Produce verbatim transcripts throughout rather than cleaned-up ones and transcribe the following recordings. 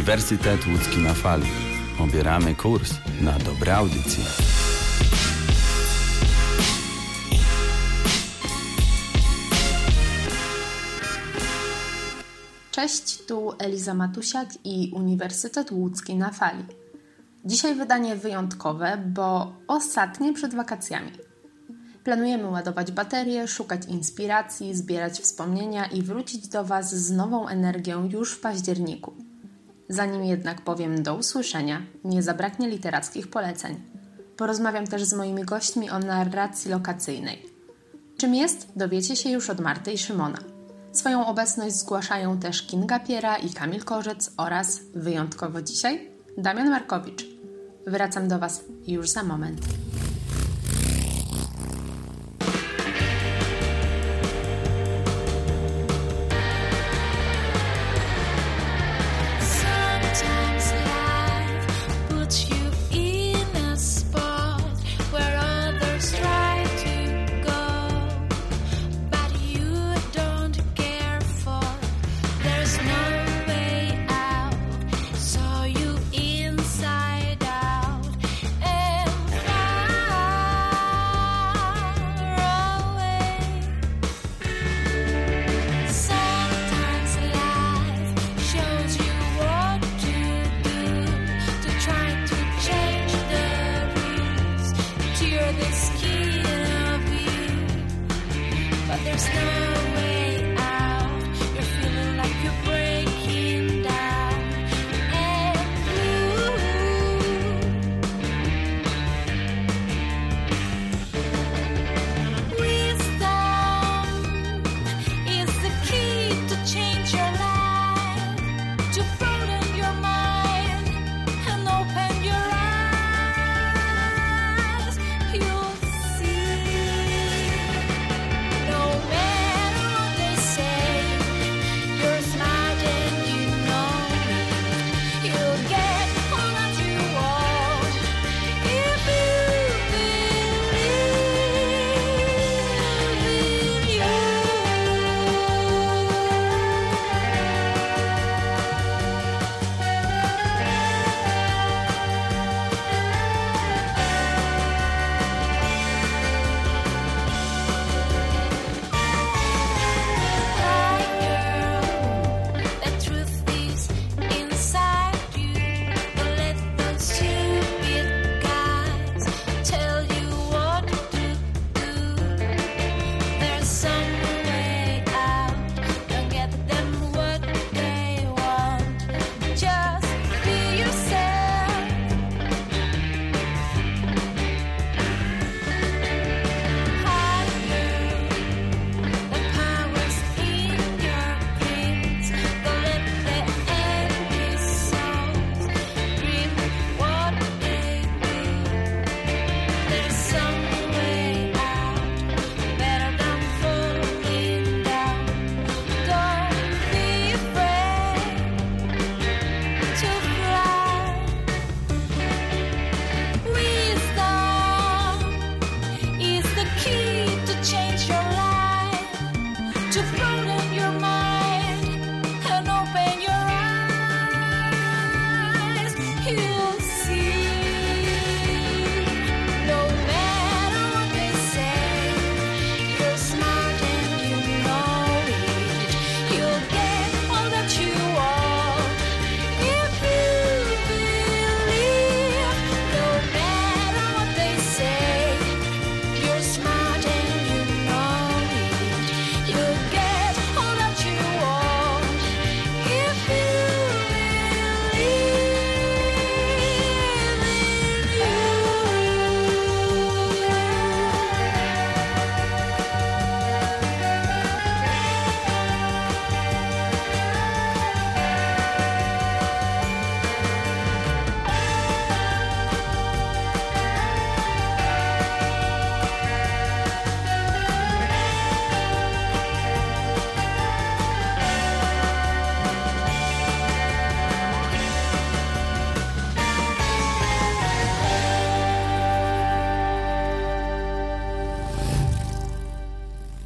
Uniwersytet Łódzki na fali. Obieramy kurs na dobre audycje. Cześć, tu Eliza Matusiak i Uniwersytet Łódzki na fali. Dzisiaj wydanie wyjątkowe, bo ostatnie przed wakacjami. Planujemy ładować baterie, szukać inspiracji, zbierać wspomnienia i wrócić do Was z nową energią już w październiku. Zanim jednak powiem do usłyszenia, nie zabraknie literackich poleceń. Porozmawiam też z moimi gośćmi o narracji lokacyjnej. Czym jest, dowiecie się już od Marty i Szymona. Swoją obecność zgłaszają też Kinga Piera i Kamil Korzec oraz, wyjątkowo dzisiaj, Damian Markowicz. Wracam do Was już za moment.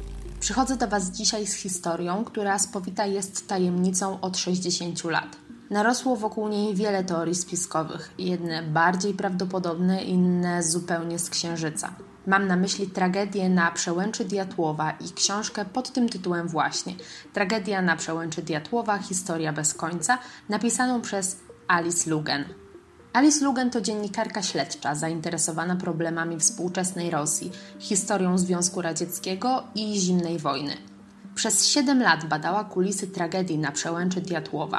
Przychodzę do Was dzisiaj z historią, która spowita jest tajemnicą od sześćdziesięciu lat. Narosło wokół niej wiele teorii spiskowych, jedne bardziej prawdopodobne, inne zupełnie z księżyca. Mam na myśli tragedię na przełęczy Diatłowa i książkę pod tym tytułem właśnie. Tragedia na przełęczy Diatłowa, historia bez końca, napisaną przez Alice Lugen. Alice Lugen to dziennikarka śledcza zainteresowana problemami współczesnej Rosji, historią Związku Radzieckiego i zimnej wojny. Przez siedem lat badała kulisy tragedii na przełęczy Diatłowa.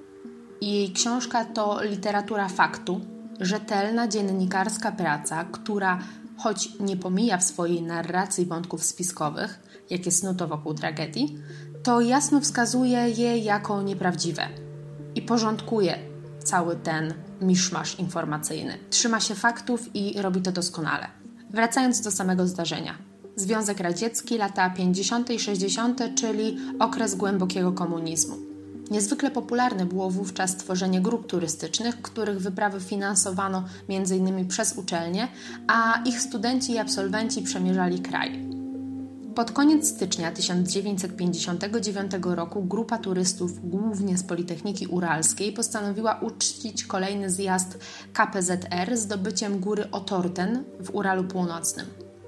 Jej książka to literatura faktu, rzetelna dziennikarska praca, która, choć nie pomija w swojej narracji wątków spiskowych, jakie snuto wokół tragedii, to jasno wskazuje je jako nieprawdziwe i porządkuje cały ten miszmasz informacyjny. Trzyma się faktów i robi to doskonale. Wracając do samego zdarzenia. Związek Radziecki, lata pięćdziesiąte i sześćdziesiąte, czyli okres głębokiego komunizmu. Niezwykle popularne było wówczas tworzenie grup turystycznych, których wyprawy finansowano między innymi przez uczelnie, a ich studenci i absolwenci przemierzali kraj. Pod koniec stycznia tysiąc dziewięćset pięćdziesiątego dziewiątego roku grupa turystów, głównie z Politechniki Uralskiej, postanowiła uczcić kolejny zjazd K P Z R zdobyciem góry Otorten w Uralu Północnym.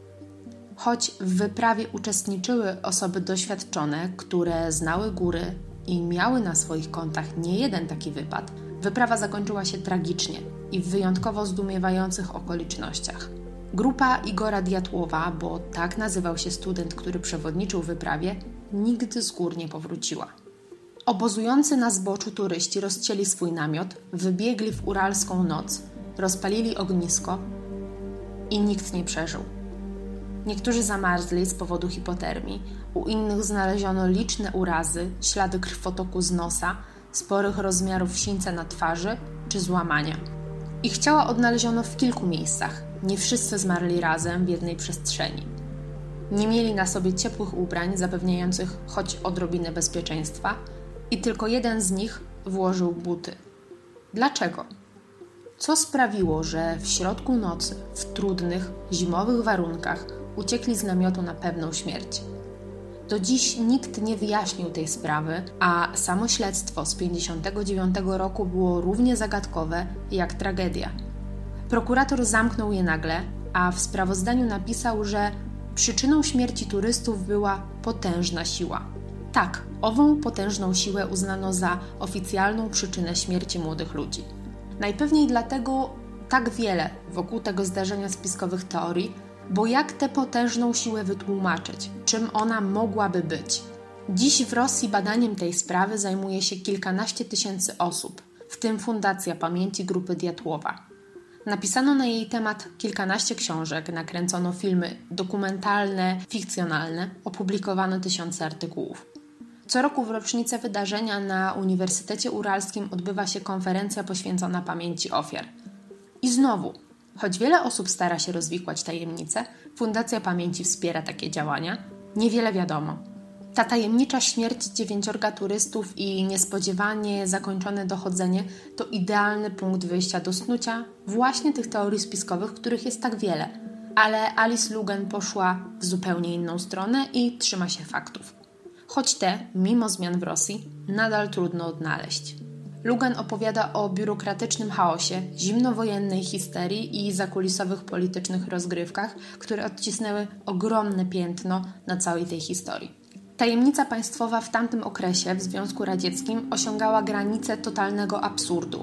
Choć w wyprawie uczestniczyły osoby doświadczone, które znały góry i miały na swoich kontach nie jeden taki wypad, wyprawa zakończyła się tragicznie i w wyjątkowo zdumiewających okolicznościach. Grupa Igora Diatłowa, bo tak nazywał się student, który przewodniczył wyprawie, nigdy z gór nie powróciła. Obozujący na zboczu turyści rozcięli swój namiot, wybiegli w uralską noc, rozpalili ognisko i nikt nie przeżył. Niektórzy zamarzli z powodu hipotermii, u innych znaleziono liczne urazy, ślady krwotoku z nosa, sporych rozmiarów sińca na twarzy czy złamania. Ich ciała odnaleziono w kilku miejscach. Nie wszyscy zmarli razem w jednej przestrzeni. Nie mieli na sobie ciepłych ubrań zapewniających choć odrobinę bezpieczeństwa i tylko jeden z nich włożył buty. Dlaczego? Co sprawiło, że w środku nocy, w trudnych, zimowych warunkach uciekli z namiotu na pewną śmierć? Do dziś nikt nie wyjaśnił tej sprawy, a samo śledztwo z pięćdziesiątego dziewiątego roku było równie zagadkowe jak tragedia. Prokurator zamknął je nagle, a w sprawozdaniu napisał, że przyczyną śmierci turystów była potężna siła. Tak, ową potężną siłę uznano za oficjalną przyczynę śmierci młodych ludzi. Najpewniej dlatego tak wiele wokół tego zdarzenia spiskowych teorii, bo jak tę potężną siłę wytłumaczyć? Czym ona mogłaby być? Dziś w Rosji badaniem tej sprawy zajmuje się kilkanaście tysięcy osób, w tym Fundacja Pamięci Grupy Diatłowa. Napisano na jej temat kilkanaście książek, nakręcono filmy dokumentalne, fikcjonalne, opublikowano tysiące artykułów. Co roku w rocznicę wydarzenia na Uniwersytecie Uralskim odbywa się konferencja poświęcona pamięci ofiar. I znowu, choć wiele osób stara się rozwikłać tajemnice, Fundacja Pamięci wspiera takie działania, niewiele wiadomo. Ta tajemnicza śmierć dziewięciorga turystów i niespodziewanie zakończone dochodzenie to idealny punkt wyjścia do snucia właśnie tych teorii spiskowych, których jest tak wiele. Ale Alice Lugen poszła w zupełnie inną stronę i trzyma się faktów. Choć te, mimo zmian w Rosji, nadal trudno odnaleźć. Lugen opowiada o biurokratycznym chaosie, zimnowojennej histerii i zakulisowych politycznych rozgrywkach, które odcisnęły ogromne piętno na całej tej historii. Tajemnica państwowa w tamtym okresie w Związku Radzieckim osiągała granice totalnego absurdu.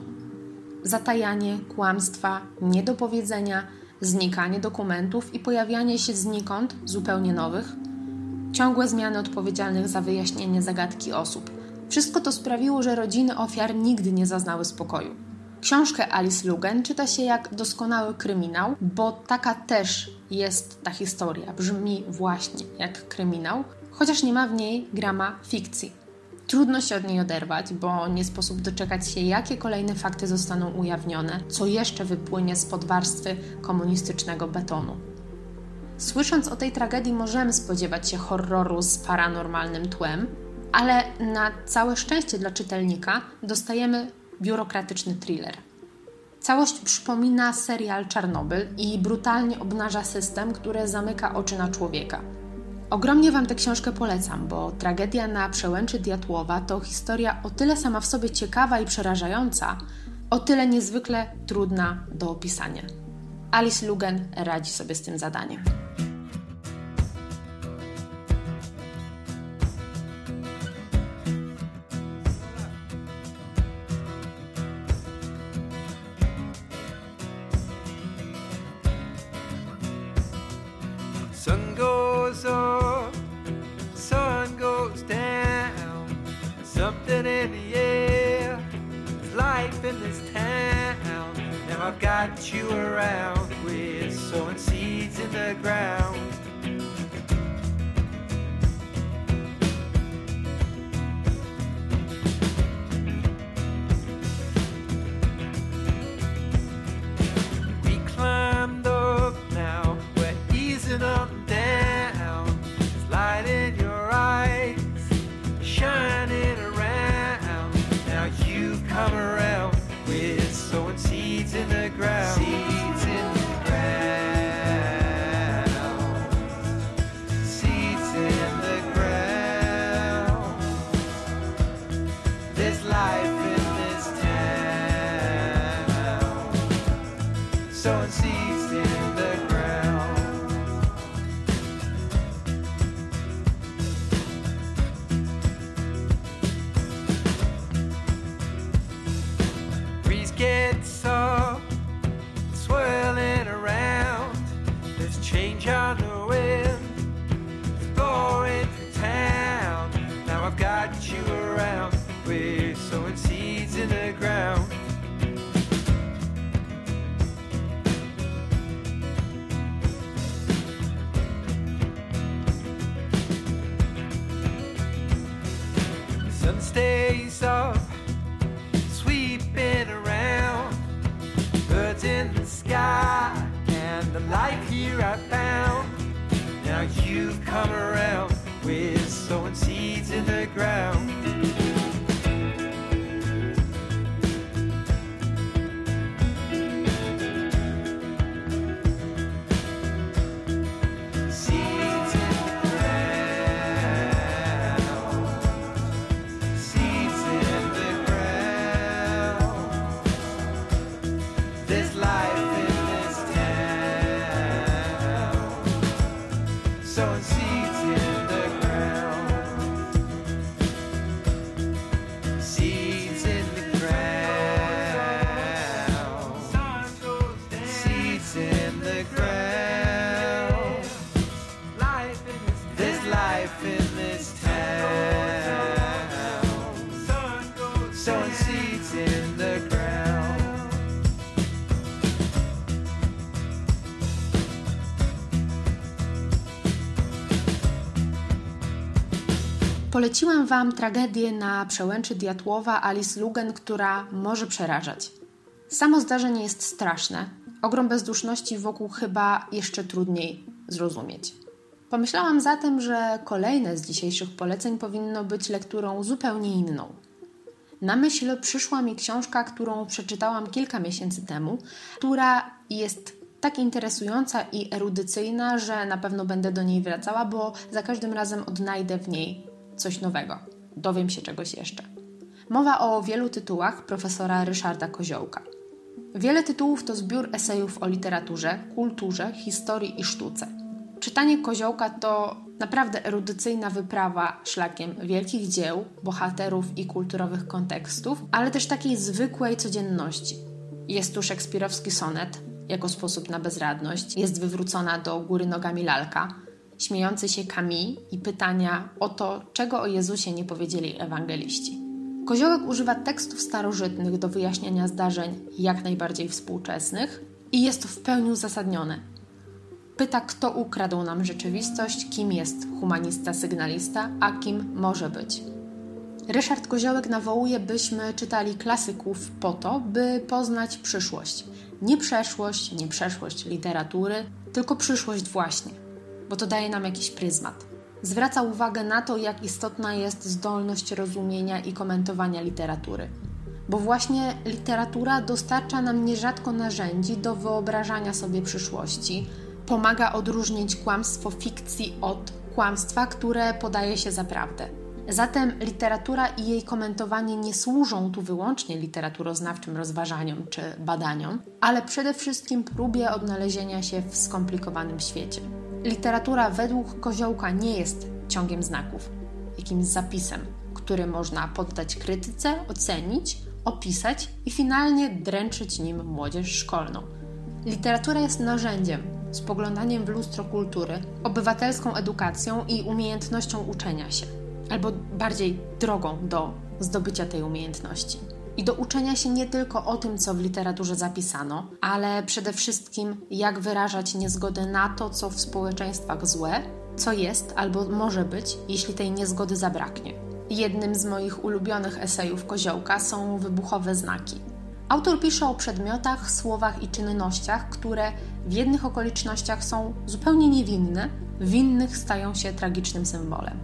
Zatajanie, kłamstwa, niedopowiedzenia, znikanie dokumentów i pojawianie się znikąd zupełnie nowych, ciągłe zmiany odpowiedzialnych za wyjaśnienie zagadki osób. Wszystko to sprawiło, że rodziny ofiar nigdy nie zaznały spokoju. Książkę Alice Lugen czyta się jak doskonały kryminał, bo taka też jest ta historia. Brzmi właśnie jak kryminał, chociaż nie ma w niej grama fikcji. Trudno się od niej oderwać, bo nie sposób doczekać się, jakie kolejne fakty zostaną ujawnione, co jeszcze wypłynie spod warstwy komunistycznego betonu. Słysząc o tej tragedii możemy spodziewać się horroru z paranormalnym tłem, ale na całe szczęście dla czytelnika dostajemy biurokratyczny thriller. Całość przypomina serial Czarnobyl i brutalnie obnaża system, który zamyka oczy na człowieka. Ogromnie Wam tę książkę polecam, bo Tragedia na przełęczy Diatłowa to historia o tyle sama w sobie ciekawa i przerażająca, o tyle niezwykle trudna do opisania. Alice Lugen radzi sobie z tym zadaniem. Sun goes up, sun goes down, something in the air, it's life in this town. Now I've got you around, we're sowing seeds in the ground. We climbed up now, we're easing up and down. It's light in your eyes, shining around. Now you've come around, we're sowing seeds in the ground. Seeds in the ground. Seeds in the ground. There's life in this town. Sowing seeds in the ground. Breeze gets up, swirling around. There's change on the wind, it's blowing through town. Now I've got you around, we're sowing seeds in the ground. The sun stays up, sweeping around, birds in the sky, and the life here I found. Now you've come around, we're sowing seeds in the ground. Seeds in the ground. Seeds in the ground. There's life in this town. Sowing seeds in the ground. Seeds in the ground. Seeds in the ground. There's life in this town. Sowing seeds in the ground. Poleciłam Wam Tragedię na przełęczy Diatłowa Alice Lugen, która może przerażać. Samo zdarzenie jest straszne, ogrom bezduszności wokół chyba jeszcze trudniej zrozumieć. Pomyślałam zatem, że kolejne z dzisiejszych poleceń powinno być lekturą zupełnie inną. Na myśl przyszła mi książka, którą przeczytałam kilka miesięcy temu, która jest tak interesująca i erudycyjna, że na pewno będę do niej wracała, bo za każdym razem odnajdę w niej coś nowego. Dowiem się czegoś jeszcze. Mowa o wielu tytułach profesora Ryszarda Koziołka. Wiele tytułów to zbiór esejów o literaturze, kulturze, historii i sztuce. Czytanie Koziołka to naprawdę erudycyjna wyprawa szlakiem wielkich dzieł, bohaterów i kulturowych kontekstów, ale też takiej zwykłej codzienności. Jest tu szekspirowski sonet, jako sposób na bezradność, jest wywrócona do góry nogami lalka, śmiejący się Camille i pytania o to, czego o Jezusie nie powiedzieli ewangeliści. Koziołek używa tekstów starożytnych do wyjaśniania zdarzeń jak najbardziej współczesnych i jest to w pełni uzasadnione. Pyta, kto ukradł nam rzeczywistość, kim jest humanista-sygnalista, a kim może być. Ryszard Koziołek nawołuje, byśmy czytali klasyków po to, by poznać przyszłość. Nie przeszłość, nie przeszłość literatury, tylko przyszłość właśnie, bo to daje nam jakiś pryzmat. Zwraca uwagę na to, jak istotna jest zdolność rozumienia i komentowania literatury. Bo właśnie literatura dostarcza nam nierzadko narzędzi do wyobrażania sobie przyszłości, pomaga odróżnić kłamstwo fikcji od kłamstwa, które podaje się za prawdę. Zatem literatura i jej komentowanie nie służą tu wyłącznie literaturoznawczym rozważaniom czy badaniom, ale przede wszystkim próbie odnalezienia się w skomplikowanym świecie. Literatura według Koziołka nie jest ciągiem znaków, jakimś zapisem, który można poddać krytyce, ocenić, opisać i finalnie dręczyć nim młodzież szkolną. Literatura jest narzędziem, spoglądaniem w lustro kultury, obywatelską edukacją i umiejętnością uczenia się, albo bardziej drogą do zdobycia tej umiejętności. I do uczenia się nie tylko o tym, co w literaturze zapisano, ale przede wszystkim jak wyrażać niezgodę na to, co w społeczeństwach złe, co jest albo może być, jeśli tej niezgody zabraknie. Jednym z moich ulubionych esejów Koziołka są wybuchowe znaki. Autor pisze o przedmiotach, słowach i czynnościach, które w jednych okolicznościach są zupełnie niewinne, w innych stają się tragicznym symbolem.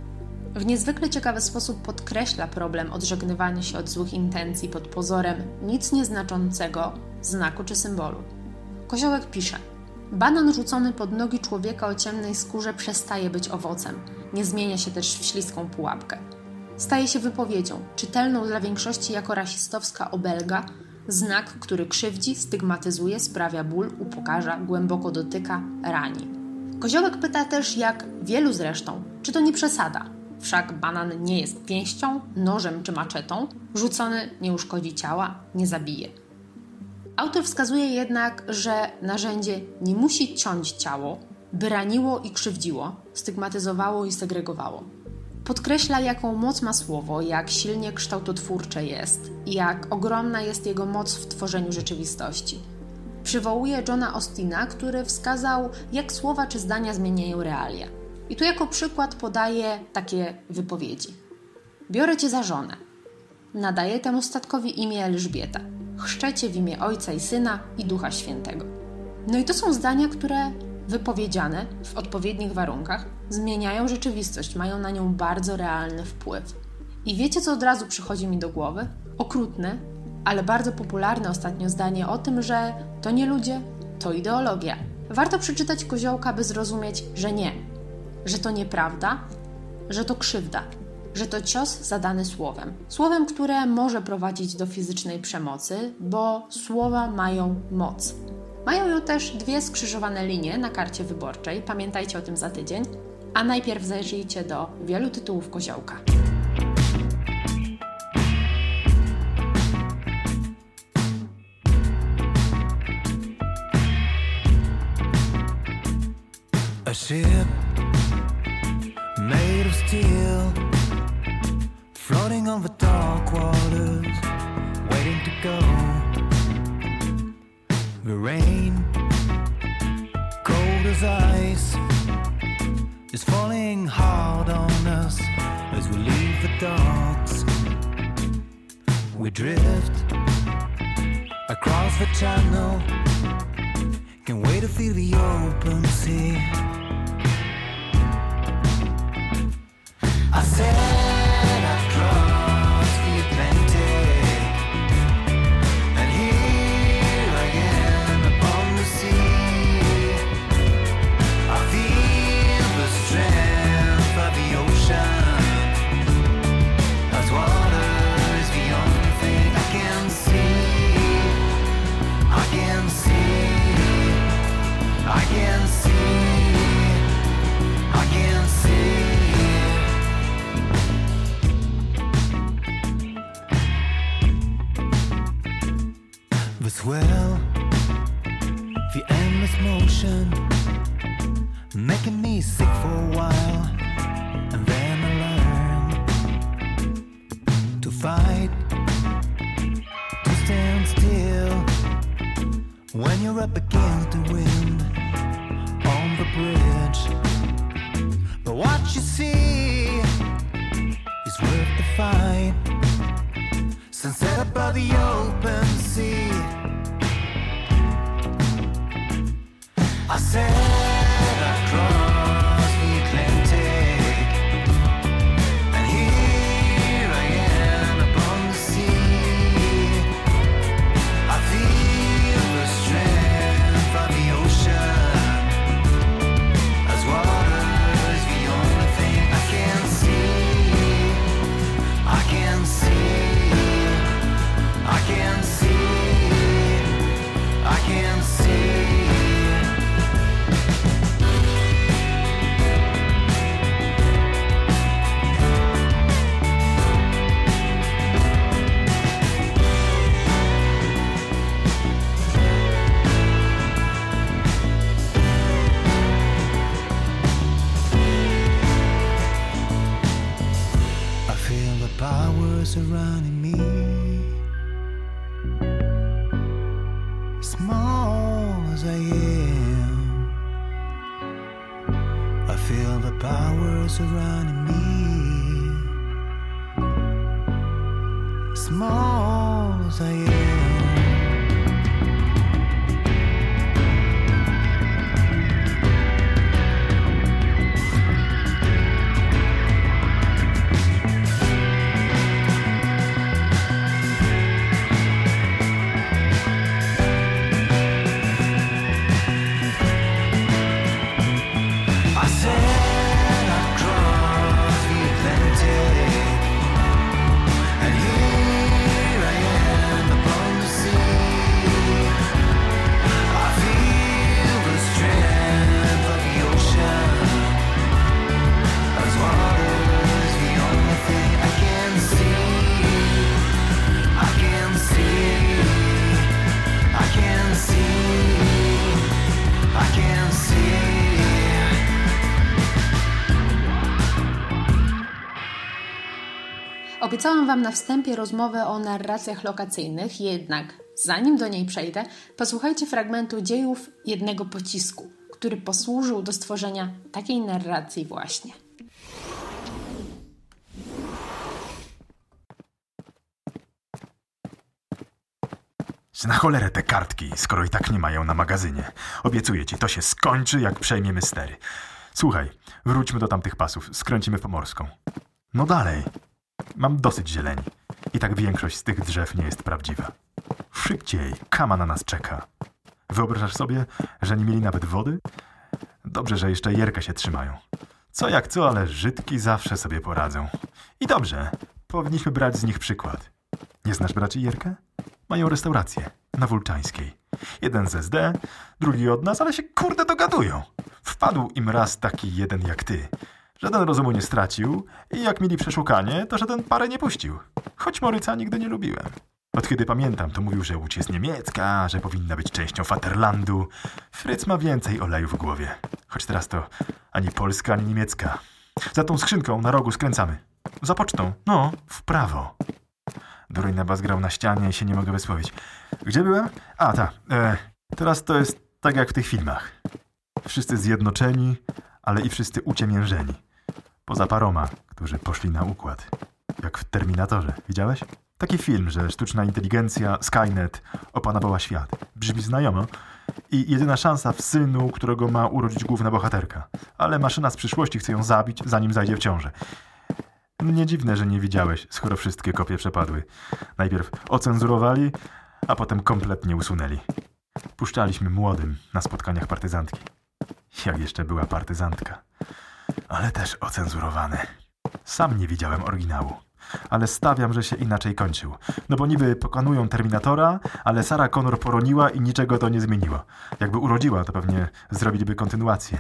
W niezwykle ciekawy sposób podkreśla problem odżegnywania się od złych intencji pod pozorem nic nieznaczącego znaku czy symbolu. Koziołek pisze: banan rzucony pod nogi człowieka o ciemnej skórze przestaje być owocem, nie zmienia się też w śliską pułapkę. Staje się wypowiedzią, czytelną dla większości jako rasistowska obelga, znak, który krzywdzi, stygmatyzuje, sprawia ból, upokarza, głęboko dotyka, rani. Koziołek pyta też, jak wielu zresztą, czy to nie przesada. Wszak banan nie jest pięścią, nożem czy maczetą, rzucony nie uszkodzi ciała, nie zabije. Autor wskazuje jednak, że narzędzie nie musi ciąć ciało, by raniło i krzywdziło, stygmatyzowało i segregowało. Podkreśla, jaką moc ma słowo, jak silnie kształtotwórcze jest i jak ogromna jest jego moc w tworzeniu rzeczywistości. Przywołuje Johna Austina, który wskazał, jak słowa czy zdania zmieniają realia. I tu jako przykład podaje takie wypowiedzi. Biorę cię za żonę. Nadaję temu statkowi imię Elżbieta. Chrzczę cię w imię Ojca i Syna i Ducha Świętego. No i to są zdania, które wypowiedziane w odpowiednich warunkach zmieniają rzeczywistość, mają na nią bardzo realny wpływ. I wiecie, co od razu przychodzi mi do głowy? Okrutne, ale bardzo popularne ostatnio zdanie o tym, że to nie ludzie, to ideologia. Warto przeczytać Koziołka, by zrozumieć, że nie, że to nieprawda, że to krzywda, że to cios zadany słowem. Słowem, które może prowadzić do fizycznej przemocy, bo słowa mają moc. Mają ją też dwie skrzyżowane linie na karcie wyborczej, pamiętajcie o tym za tydzień, a najpierw zajrzyjcie do wielu tytułów Koziołka. A ship made of steel, floating over dark waters, waiting to go. The rain, cold as ice, is falling hard on us as we leave the docks. We drift across the channel, can't wait to feel the open sea. I said I'd cross the Atlantic, and here I am upon the sea. I feel the strength of the ocean, as water is the only thing I can see. I can see, I can see, I can see. The swell, the endless motion, making me sick for a while, and then I learn to fight, to stand still when you're up against the wind on the bridge. But what you see is worth the fight. Sunset above the open sea. I said I'd cross the Atlantic, and here I am upon the sea. I feel the strength of the ocean, as water is the powers are running me. Small as I am, I feel the powers are running me. Small as I am. Obiecałam Wam na wstępie rozmowę o narracjach lokacyjnych, jednak zanim do niej przejdę, posłuchajcie fragmentu dziejów jednego pocisku, który posłużył do stworzenia takiej narracji właśnie. Na cholerę te kartki, skoro i tak nie mają na magazynie. Obiecuję ci, to się skończy, jak przejmiemy stery. Słuchaj, wróćmy do tamtych pasów, skręcimy w Pomorską. No dalej. Mam dosyć zieleni. I tak większość z tych drzew nie jest prawdziwa. Szybciej, kama na nas czeka. Wyobrażasz sobie, że nie mieli nawet wody? Dobrze, że jeszcze Jerkę się trzymają. Co jak co, ale Żydki zawsze sobie poradzą. I dobrze, powinniśmy brać z nich przykład. Nie znasz braci Jerkę? Mają restaurację na Wulczańskiej. Jeden z S D, drugi od nas, ale się kurde dogadują. Wpadł im raz taki jeden jak ty. Żaden rozumu nie stracił i jak mieli przeszukanie, to żaden parę nie puścił. Choć Moryca nigdy nie lubiłem. Od kiedy pamiętam, to mówił, że Łódź jest niemiecka, że powinna być częścią Vaterlandu. Fryc ma więcej oleju w głowie. Choć teraz to ani polska, ani niemiecka. Za tą skrzynką na rogu skręcamy. Za pocztą. No, w prawo. Dureń na bas grał na ścianie i się nie mogę wysłowić. Gdzie byłem? A, ta. E, teraz to jest tak jak w tych filmach. Wszyscy zjednoczeni, ale i wszyscy uciemiężeni. Poza paroma, którzy poszli na układ. Jak w Terminatorze. Widziałeś? Taki film, że sztuczna inteligencja, Skynet, opanowała świat. Brzmi znajomo. I jedyna szansa w synu, którego ma urodzić główna bohaterka. Ale maszyna z przyszłości chce ją zabić, zanim zajdzie w ciążę. Nie dziwne, że nie widziałeś, skoro wszystkie kopie przepadły. Najpierw ocenzurowali, a potem kompletnie usunęli. Puszczaliśmy młodym na spotkaniach partyzantki. Jak jeszcze była partyzantka. Ale też ocenzurowane. Sam nie widziałem oryginału. Ale stawiam, że się inaczej kończył. No bo niby pokonują Terminatora, ale Sarah Connor poroniła i niczego to nie zmieniło. Jakby urodziła, to pewnie zrobiliby kontynuację.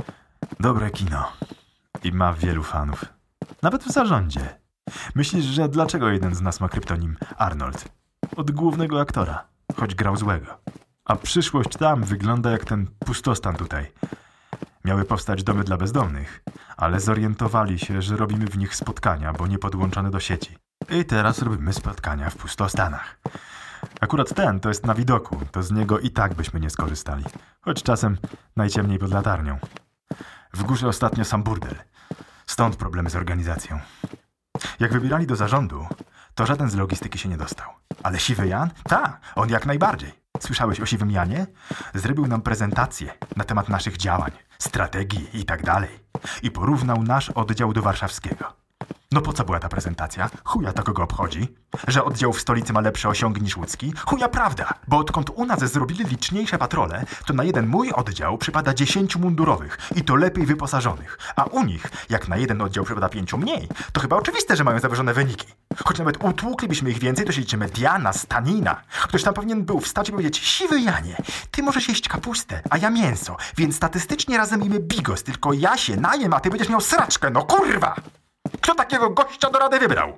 Dobre kino. I ma wielu fanów. Nawet w zarządzie. Myślisz, że dlaczego jeden z nas ma kryptonim Arnold? Od głównego aktora, choć grał złego. A przyszłość tam wygląda jak ten pustostan tutaj. Miały powstać domy dla bezdomnych, ale zorientowali się, że robimy w nich spotkania, bo nie podłączone do sieci. I teraz robimy spotkania w pustostanach. Akurat ten to jest na widoku, to z niego i tak byśmy nie skorzystali. Choć czasem najciemniej pod latarnią. W górze ostatnio sam burdel. Stąd problemy z organizacją. Jak wybierali do zarządu, to żaden z logistyki się nie dostał. Ale Siwy Jan? Ta, on jak najbardziej. Słyszałeś o Siwym Janie? Zrobił nam prezentację na temat naszych działań, strategii i tak dalej. I porównał nasz oddział do warszawskiego. No po co była ta prezentacja? Chuja to kogo obchodzi? Że oddział w stolicy ma lepsze osiągi niż łódzki? Chuja prawda, bo odkąd u nas zrobili liczniejsze patrole, to na jeden mój oddział przypada dziesięciu mundurowych i to lepiej wyposażonych. A u nich, jak na jeden oddział przypada pięciu mniej, to chyba oczywiste, że mają zawyżone wyniki. Choć nawet utłuklibyśmy ich więcej, to się liczymy Diana, Stanina. Ktoś tam powinien był wstać i powiedzieć: Siwy Janie, ty możesz jeść kapustę, a ja mięso, więc statystycznie razem jemy bigos, tylko ja się najem, a ty będziesz miał sraczkę, no kurwa! Kto takiego gościa do rady wybrał?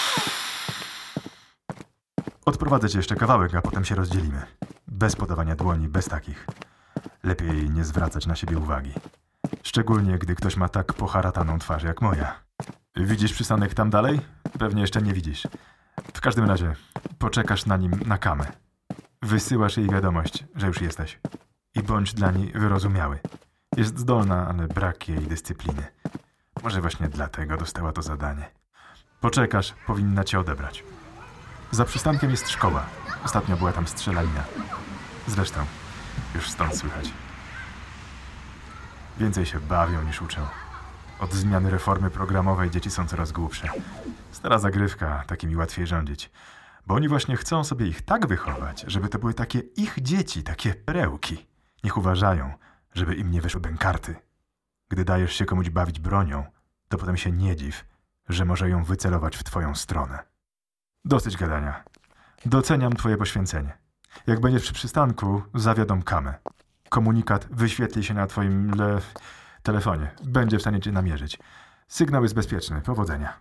Odprowadzę cię jeszcze kawałek, a potem się rozdzielimy. Bez podawania dłoni, bez takich. Lepiej nie zwracać na siebie uwagi. Szczególnie, gdy ktoś ma tak poharataną twarz jak moja. Widzisz przystanek tam dalej? Pewnie jeszcze nie widzisz. W każdym razie poczekasz na nim na kamę. Wysyłasz jej wiadomość, że już jesteś. I bądź dla niej wyrozumiały. Jest zdolna, ale brak jej dyscypliny. Może właśnie dlatego dostała to zadanie. Poczekasz, powinna cię odebrać. Za przystankiem jest szkoła. Ostatnio była tam strzelanina. Zresztą, już stąd słychać. Więcej się bawią niż uczą. Od zmiany reformy programowej dzieci są coraz głupsze. Stara zagrywka, takimi łatwiej rządzić. Bo oni właśnie chcą sobie ich tak wychować, żeby to były takie ich dzieci, takie perełki. Niech uważają, żeby im nie wyszły bękarty. Gdy dajesz się komuś bawić bronią, to potem się nie dziw, że może ją wycelować w twoją stronę. Dosyć gadania. Doceniam twoje poświęcenie. Jak będziesz przy przystanku, zawiadom kamę. Komunikat wyświetli się na twoim le... telefonie. Będzie w stanie cię namierzyć. Sygnał jest bezpieczny. Powodzenia.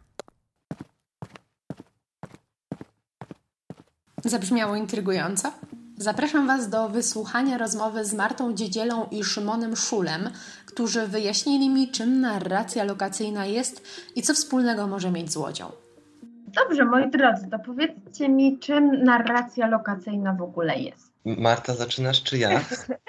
Zabrzmiało intrygująco? Zapraszam Was do wysłuchania rozmowy z Martą Dziedzielą i Szymonem Szulem, którzy wyjaśnili mi, czym narracja lokacyjna jest i co wspólnego może mieć z Łodzią. Dobrze, moi drodzy, to powiedzcie mi, czym narracja lokacyjna w ogóle jest. Marta, zaczynasz czy ja?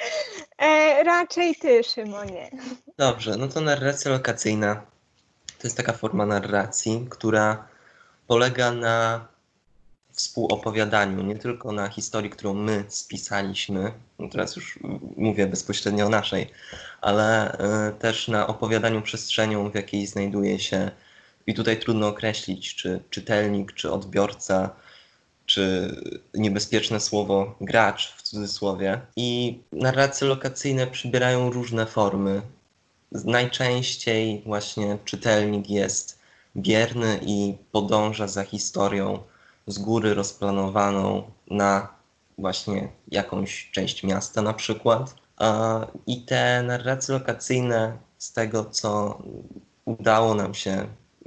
e, raczej ty, Szymonie. Dobrze, no to narracja lokacyjna to jest taka forma narracji, która polega na współopowiadaniu, nie tylko na historii, którą my spisaliśmy, no teraz już mówię bezpośrednio o naszej, ale y, też na opowiadaniu przestrzenią, w jakiej znajduje się, i tutaj trudno określić, czy czytelnik, czy odbiorca, czy niebezpieczne słowo gracz w cudzysłowie. I narracje lokacyjne przybierają różne formy. Najczęściej właśnie czytelnik jest bierny i podąża za historią z góry rozplanowaną na właśnie jakąś część miasta na przykład. I te narracje lokacyjne, z tego co udało nam się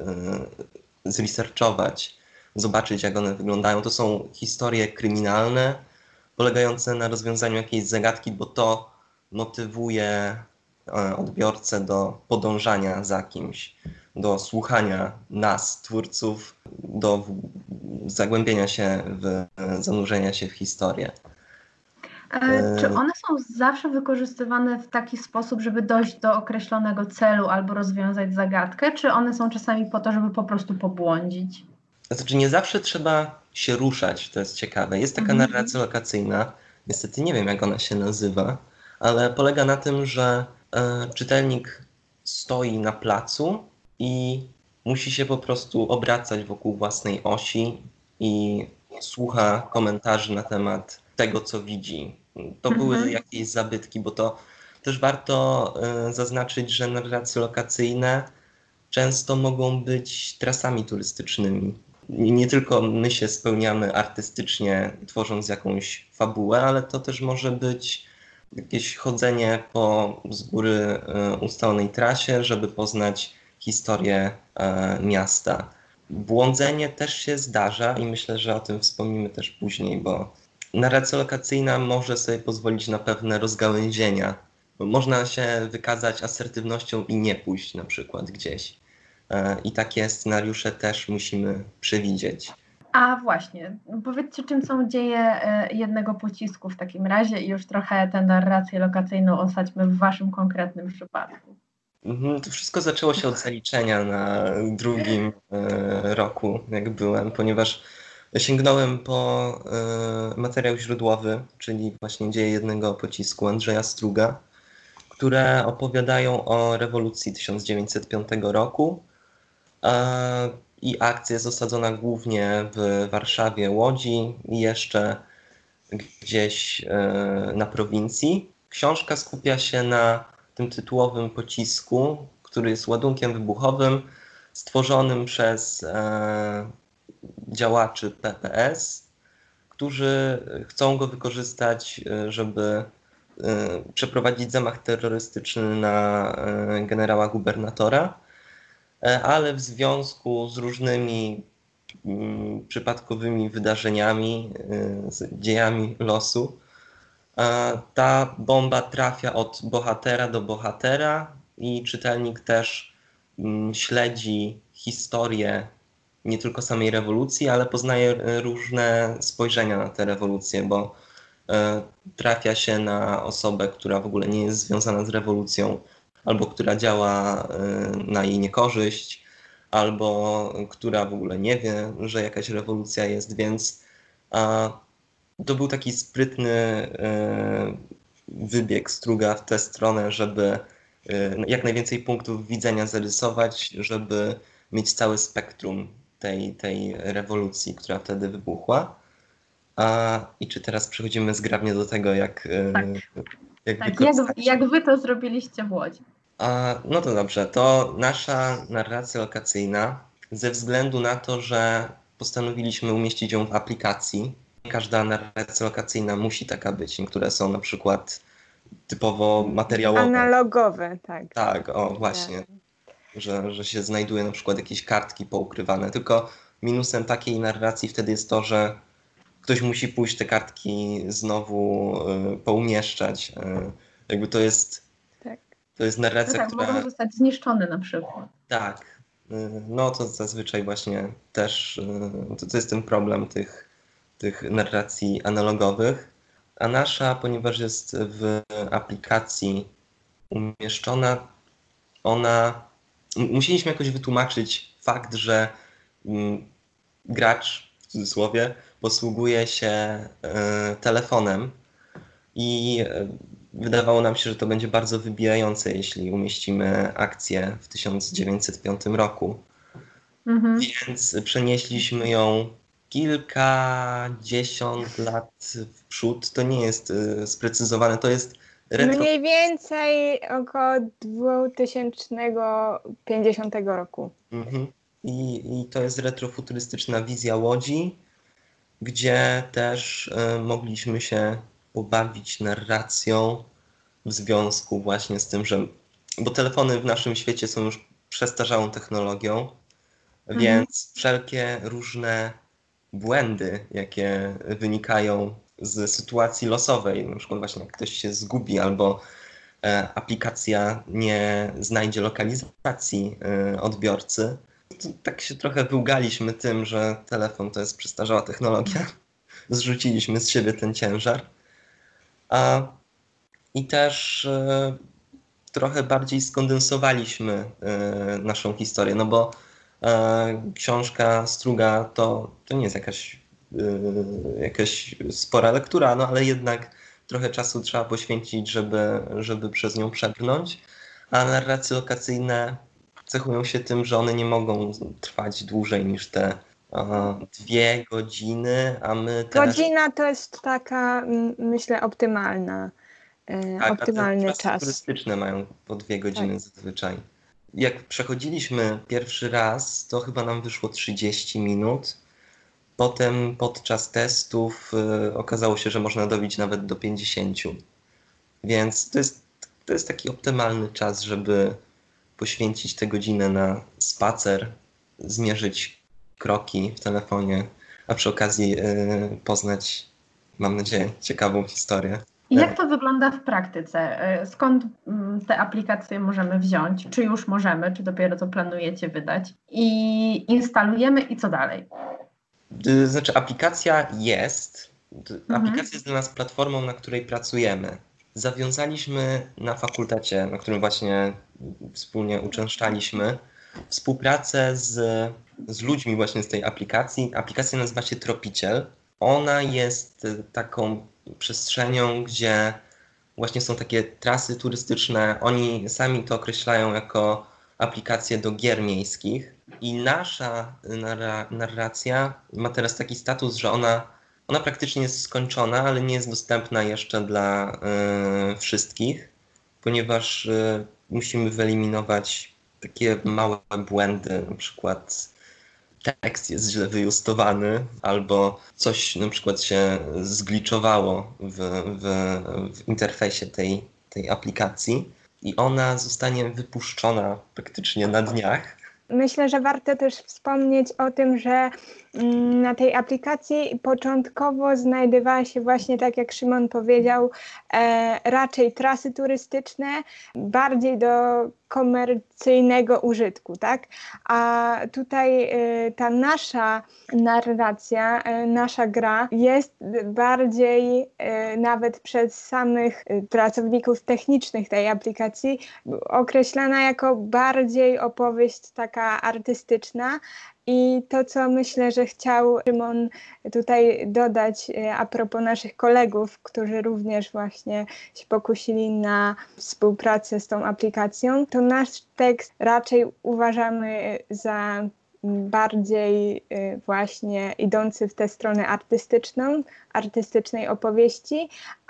zresearchować, zobaczyć jak one wyglądają, to są historie kryminalne polegające na rozwiązaniu jakiejś zagadki, bo to motywuje odbiorcę do podążania za kimś, do słuchania nas, twórców, do zagłębienia się, w, zanurzenia się w historię. E, czy one są zawsze wykorzystywane w taki sposób, żeby dojść do określonego celu albo rozwiązać zagadkę, czy one są czasami po to, żeby po prostu pobłądzić? Znaczy nie zawsze trzeba się ruszać, to jest ciekawe. Jest taka Mhm. narracja lokacyjna, niestety nie wiem jak ona się nazywa, ale polega na tym, że e, czytelnik stoi na placu i musi się po prostu obracać wokół własnej osi i słucha komentarzy na temat tego, co widzi. To Mhm. były jakieś zabytki, bo to też warto y, zaznaczyć, że narracje lokacyjne często mogą być trasami turystycznymi. Nie, nie tylko my się spełniamy artystycznie, tworząc jakąś fabułę, ale to też może być jakieś chodzenie po z góry y, ustalonej trasie, żeby poznać historię y, miasta. Błądzenie też się zdarza i myślę, że o tym wspomnimy też później, bo narracja lokacyjna może sobie pozwolić na pewne rozgałęzienia. Można się wykazać asertywnością i nie pójść na przykład gdzieś. I takie scenariusze też musimy przewidzieć. A właśnie, powiedzcie, czym są dzieje e, jednego pocisku w takim razie i już trochę tę narrację lokacyjną osadźmy w waszym konkretnym przypadku. Mhm, to wszystko zaczęło się od zaliczenia na drugim e, roku, jak byłem, ponieważ sięgnąłem po e, materiał źródłowy, czyli właśnie dzieje jednego pocisku Andrzeja Struga, które opowiadają o rewolucji tysiąc dziewięćset piątego roku. E, I akcja jest osadzona głównie w Warszawie, Łodzi i jeszcze gdzieś e, na prowincji. Książka skupia się na tym tytułowym pocisku, który jest ładunkiem wybuchowym stworzonym przez e, działaczy P P S, którzy chcą go wykorzystać, żeby e, przeprowadzić zamach terrorystyczny na e, generała gubernatora, e, ale w związku z różnymi m, przypadkowymi wydarzeniami, e, z dziejami losu, e, ta bomba trafia od bohatera do bohatera i czytelnik też m, śledzi historię nie tylko samej rewolucji, ale poznaje różne spojrzenia na tę rewolucję, bo e, trafia się na osobę, która w ogóle nie jest związana z rewolucją, albo która działa e, na jej niekorzyść, albo która w ogóle nie wie, że jakaś rewolucja jest, więc a, to był taki sprytny e, wybieg Struga w tę stronę, żeby e, jak najwięcej punktów widzenia zarysować, żeby mieć całe spektrum tej, tej rewolucji, która wtedy wybuchła. A, I czy teraz przechodzimy zgrabnie do tego, jak, Tak. jak Tak, wykorzystać? jak, jak wy to zrobiliście w Łodzi? A, no to dobrze, to nasza narracja lokacyjna, ze względu na to, że postanowiliśmy umieścić ją w aplikacji. Każda narracja lokacyjna musi taka być. Niektóre są na przykład typowo materiałowe. Analogowe, tak. Tak, o właśnie. Że, że się znajduje na przykład jakieś kartki poukrywane. Tylko minusem takiej narracji wtedy jest to, że ktoś musi pójść te kartki znowu y, poumieszczać. Y, jakby to jest, Tak. to jest No narracja, tak, która... mogą zostać zniszczone na przykład. Tak. Y, no to zazwyczaj właśnie też y, to, to jest ten problem tych, tych narracji analogowych. A nasza, ponieważ jest w aplikacji umieszczona, ona... Musieliśmy jakoś wytłumaczyć fakt, że mm, gracz, w cudzysłowie, posługuje się e, telefonem i e, wydawało nam się, że to będzie bardzo wybijające, jeśli umieścimy akcję w tysiąc dziewięćset piątym roku. Mhm. Więc przenieśliśmy ją kilkadziesiąt lat w przód. To nie jest e, sprecyzowane, to jest retro... Mniej więcej około dwa tysiące pięćdziesiątego roku. Mhm. I, I to jest retrofuturystyczna wizja Łodzi, gdzie też y, mogliśmy się pobawić narracją w związku właśnie z tym, że... Bo telefony w naszym świecie są już przestarzałą technologią, Mhm. więc wszelkie różne błędy, jakie wynikają z sytuacji losowej, na przykład właśnie jak ktoś się zgubi albo e, aplikacja nie znajdzie lokalizacji e, odbiorcy, to tak się trochę wyłgaliśmy tym, że telefon to jest przestarzała technologia. Zrzuciliśmy z siebie ten ciężar. A, I też e, trochę bardziej skondensowaliśmy e, naszą historię, no bo e, książka Struga to, to nie jest jakaś, e, jakaś spora lektura, no ale jednak trochę czasu trzeba poświęcić, żeby, żeby przez nią przebrnąć, a narracje lokacyjne cechują się tym, że one nie mogą trwać dłużej niż te e, dwie godziny, a my teraz... Godzina to jest taka, m, myślę, optymalna, e, Tak, optymalny a te czas. turystyczne mają po dwie godziny Tak. zazwyczaj. Jak przechodziliśmy pierwszy raz, to chyba nam wyszło trzydzieści minut. Potem podczas testów y, okazało się, że można dobić nawet do pięćdziesięciu. Więc to jest, to jest taki optymalny czas, żeby poświęcić tę godzinę na spacer, zmierzyć kroki w telefonie, a przy okazji y, poznać, mam nadzieję, ciekawą historię. I jak to wygląda w praktyce? Skąd mm, te aplikacje możemy wziąć? Czy już możemy, czy dopiero to planujecie wydać? I instalujemy i co dalej? Y, Znaczy, aplikacja jest. Y, Mhm. Aplikacja jest dla nas platformą, na której pracujemy. Zawiązaliśmy na fakultecie, na którym właśnie wspólnie uczęszczaliśmy, współpracę z, z ludźmi właśnie z tej aplikacji. Aplikacja nazywa się Tropiciel. Ona jest y, taką przestrzenią, gdzie właśnie są takie trasy turystyczne. Oni sami to określają jako aplikacje do gier miejskich. I nasza narra- narracja ma teraz taki status, że ona, ona praktycznie jest skończona, ale nie jest dostępna jeszcze dla y, wszystkich, ponieważ y, musimy wyeliminować takie małe błędy, na przykład tekst jest źle wyjustowany, albo coś na przykład się zgliczowało w, w, w interfejsie tej, tej aplikacji i ona zostanie wypuszczona praktycznie na dniach. Myślę, że warto też wspomnieć o tym, że na tej aplikacji początkowo znajdowała się właśnie, tak jak Szymon powiedział, e, raczej trasy turystyczne, bardziej do komercyjnego użytku, tak? A tutaj e, ta nasza narracja, e, nasza gra jest bardziej e, nawet przez samych e, pracowników technicznych tej aplikacji określana jako bardziej opowieść taka artystyczna. I to, co myślę, że chciał Szymon tutaj dodać a propos naszych kolegów, którzy również właśnie się pokusili na współpracę z tą aplikacją, to nasz tekst raczej uważamy za bardziej właśnie idący w tę stronę artystyczną, artystycznej opowieści,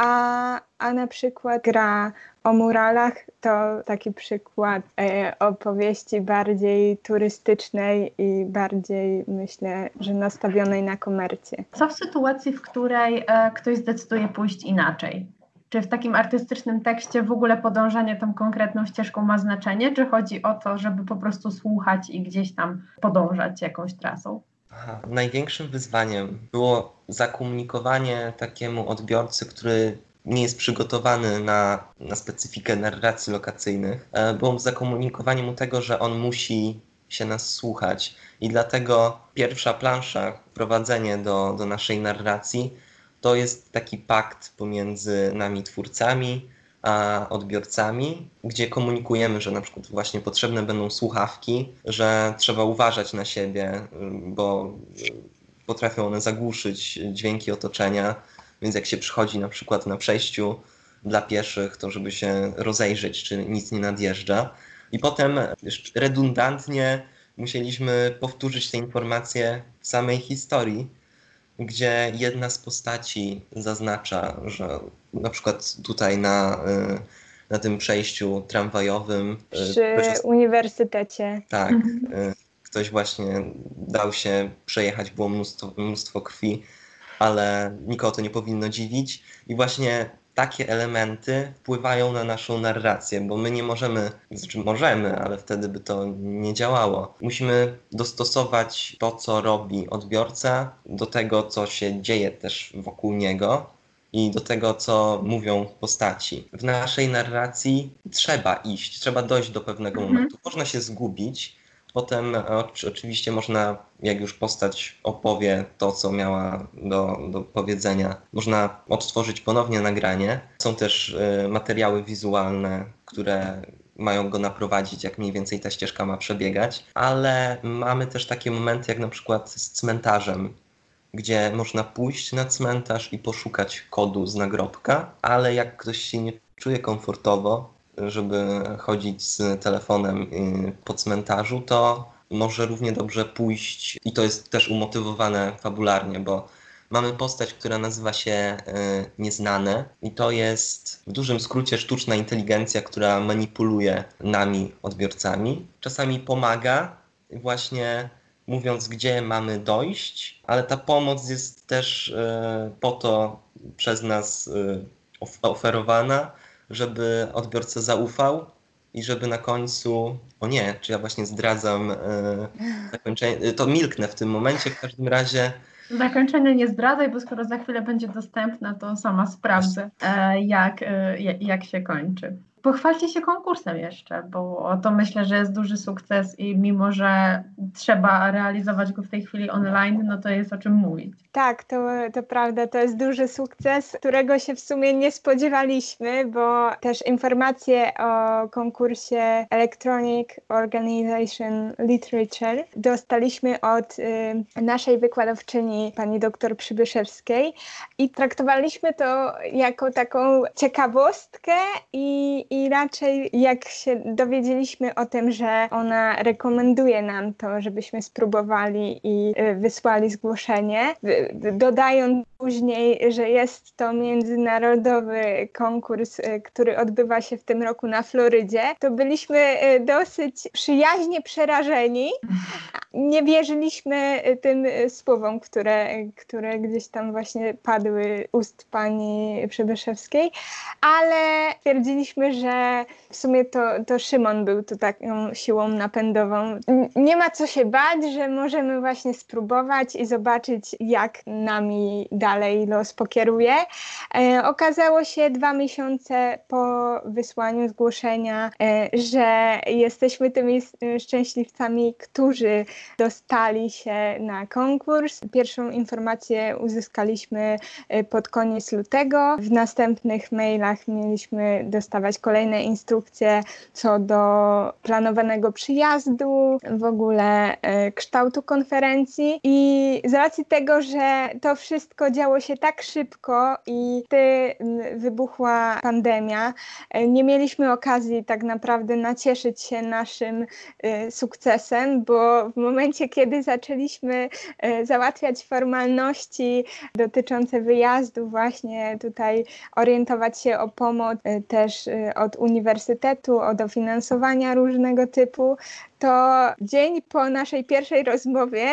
a, a na przykład gra o muralach to taki przykład e, opowieści bardziej turystycznej i bardziej, myślę, że nastawionej na komercję. Co w sytuacji, w której e, ktoś zdecyduje pójść inaczej? Czy w takim artystycznym tekście w ogóle podążanie tą konkretną ścieżką ma znaczenie, czy chodzi o to, żeby po prostu słuchać i gdzieś tam podążać jakąś trasą? Aha, największym wyzwaniem było zakomunikowanie takiemu odbiorcy, który nie jest przygotowany na, na specyfikę narracji lokacyjnych, było zakomunikowanie mu tego, że on musi się nas słuchać. I dlatego pierwsza plansza, wprowadzenie do, do naszej narracji, to jest taki pakt pomiędzy nami twórcami a odbiorcami, gdzie komunikujemy, że na przykład właśnie potrzebne będą słuchawki, że trzeba uważać na siebie, bo potrafią one zagłuszyć dźwięki otoczenia, więc jak się przychodzi na przykład na przejściu dla pieszych, to żeby się rozejrzeć, czy nic nie nadjeżdża. I potem redundantnie musieliśmy powtórzyć te informacje w samej historii, gdzie jedna z postaci zaznacza, że na przykład tutaj na, na tym przejściu tramwajowym przy uniwersytecie. Tak, mhm. Ktoś właśnie dał się przejechać, było mnóstwo, mnóstwo krwi, ale nikogo to nie powinno dziwić. I właśnie takie elementy wpływają na naszą narrację, bo my nie możemy, znaczy możemy, ale wtedy by to nie działało. Musimy dostosować to, co robi odbiorca, do tego, co się dzieje też wokół niego i do tego, co mówią postaci. W naszej narracji trzeba iść, trzeba dojść do pewnego mhm. momentu. Można się zgubić. Potem oczywiście można, jak już postać opowie to, co miała do, do powiedzenia, można odtworzyć ponownie nagranie. Są też y, materiały wizualne, które mają go naprowadzić, jak mniej więcej ta ścieżka ma przebiegać, ale mamy też takie momenty, jak na przykład z cmentarzem, gdzie można pójść na cmentarz i poszukać kodu z nagrobka, ale jak ktoś się nie czuje komfortowo, żeby chodzić z telefonem po cmentarzu, to może równie dobrze pójść, i to jest też umotywowane fabularnie, bo mamy postać, która nazywa się Nieznane i to jest w dużym skrócie sztuczna inteligencja, która manipuluje nami, odbiorcami. Czasami pomaga właśnie mówiąc, gdzie mamy dojść, ale ta pomoc jest też po to przez nas oferowana, żeby odbiorca zaufał i żeby na końcu, o nie, czy ja właśnie zdradzam e, zakończenie, to milknę w tym momencie, w każdym razie. Zakończenie nie zdradzaj, bo skoro za chwilę będzie dostępne, to sama sprawdzę, e, jak, e, jak się kończy. Pochwalcie się konkursem jeszcze, bo to myślę, że jest duży sukces i mimo, że trzeba realizować go w tej chwili online, no to jest o czym mówić. Tak, to, to prawda, to jest duży sukces, którego się w sumie nie spodziewaliśmy, bo też informacje o konkursie Electronic Organization Literature dostaliśmy od y, naszej wykładowczyni, pani doktor Przybyszewskiej, i traktowaliśmy to jako taką ciekawostkę i I raczej jak się dowiedzieliśmy o tym, że ona rekomenduje nam to, żebyśmy spróbowali i wysłali zgłoszenie, dodając później, że jest to międzynarodowy konkurs, który odbywa się w tym roku na Florydzie, to byliśmy dosyć przyjaźnie przerażeni, nie wierzyliśmy tym słowom, które, które gdzieś tam właśnie padły ust pani Przybyszewskiej, ale stwierdziliśmy, że w sumie to, to Szymon był tu taką siłą napędową. Nie ma co się bać, że możemy właśnie spróbować i zobaczyć, jak nami dalej los pokieruje. E, okazało się dwa miesiące po wysłaniu zgłoszenia, e, że jesteśmy tymi szczęśliwcami, którzy dostali się na konkurs. Pierwszą informację uzyskaliśmy pod koniec lutego. W następnych mailach mieliśmy dostawać kolejne instrukcje co do planowanego przyjazdu, w ogóle e, kształtu konferencji i z racji tego, że to wszystko działo się tak szybko i wtedy wybuchła pandemia, e, nie mieliśmy okazji tak naprawdę nacieszyć się naszym e, sukcesem, bo w momencie, kiedy zaczęliśmy e, załatwiać formalności dotyczące wyjazdu, właśnie tutaj orientować się o pomoc e, też e, od uniwersytetu, o dofinansowania różnego typu, to dzień po naszej pierwszej rozmowie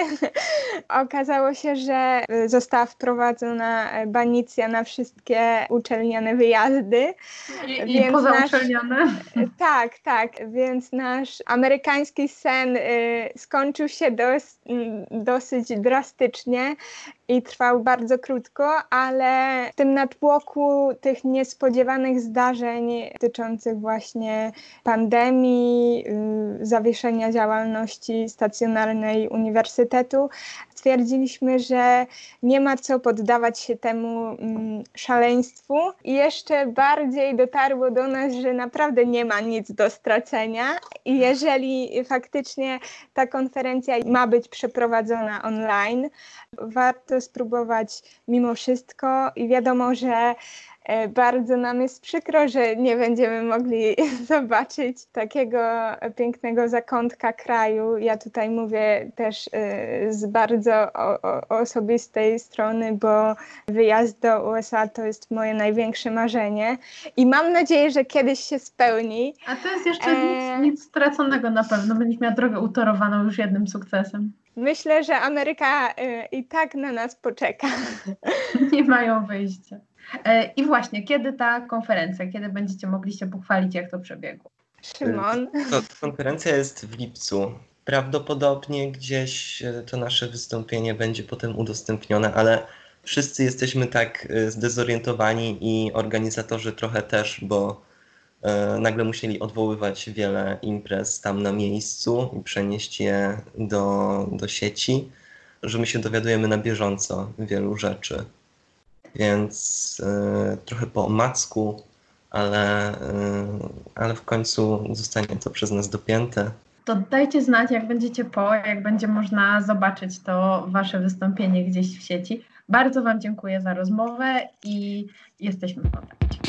okazało się, że została wprowadzona banicja na wszystkie uczelniane wyjazdy. I, i pozauczelniane. Nasz, tak, tak, więc nasz amerykański sen y, skończył się dos, dosyć drastycznie i trwał bardzo krótko, ale w tym natłoku tych niespodziewanych zdarzeń dotyczących właśnie pandemii, y, zawieszenia działalności stacjonarnej uniwersytetu, stwierdziliśmy, że nie ma co poddawać się temu mm, szaleństwu i jeszcze bardziej dotarło do nas, że naprawdę nie ma nic do stracenia i jeżeli faktycznie ta konferencja ma być przeprowadzona online, warto spróbować mimo wszystko i wiadomo, że bardzo nam jest przykro, że nie będziemy mogli zobaczyć takiego pięknego zakątka kraju. Ja tutaj mówię też z bardzo o, o, osobistej strony, bo wyjazd do U S A to jest moje największe marzenie i mam nadzieję, że kiedyś się spełni. A to jest jeszcze e... nic, nic straconego na pewno. Będziesz miała drogę utorowaną już jednym sukcesem. Myślę, że Ameryka y, i tak na nas poczeka. Nie mają wyjścia. I właśnie, kiedy ta konferencja, kiedy będziecie mogli się pochwalić, jak to przebiegło? Szymon? To, konferencja jest w lipcu. Prawdopodobnie gdzieś to nasze wystąpienie będzie potem udostępnione, ale wszyscy jesteśmy tak zdezorientowani i organizatorzy trochę też, bo e, nagle musieli odwoływać wiele imprez tam na miejscu i przenieść je do, do sieci, że my się dowiadujemy na bieżąco wielu rzeczy. Więc y, trochę po omacku, ale, y, ale w końcu zostanie to przez nas dopięte. To dajcie znać, jak będziecie po, jak będzie można zobaczyć to wasze wystąpienie gdzieś w sieci. Bardzo wam dziękuję za rozmowę i jesteśmy w kontakcie.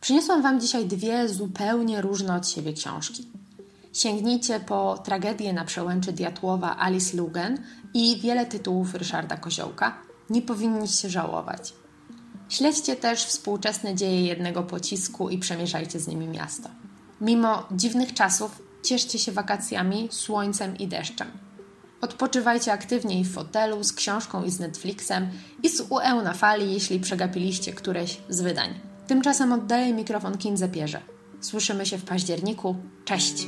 Przyniosłam Wam dzisiaj dwie zupełnie różne od siebie książki. Sięgnijcie po Tragedię na przełęczy Diatłowa Alice Lugen i wiele tytułów Ryszarda Koziołka. Nie powinniście żałować. Śledźcie też współczesne dzieje jednego pocisku i przemierzajcie z nimi miasto. Mimo dziwnych czasów cieszcie się wakacjami, słońcem i deszczem. Odpoczywajcie aktywniej w fotelu z książką i z Netflixem i z U E na fali, jeśli przegapiliście któreś z wydań. Tymczasem oddaję mikrofon Kindze Pierze. Słyszymy się w październiku. Cześć!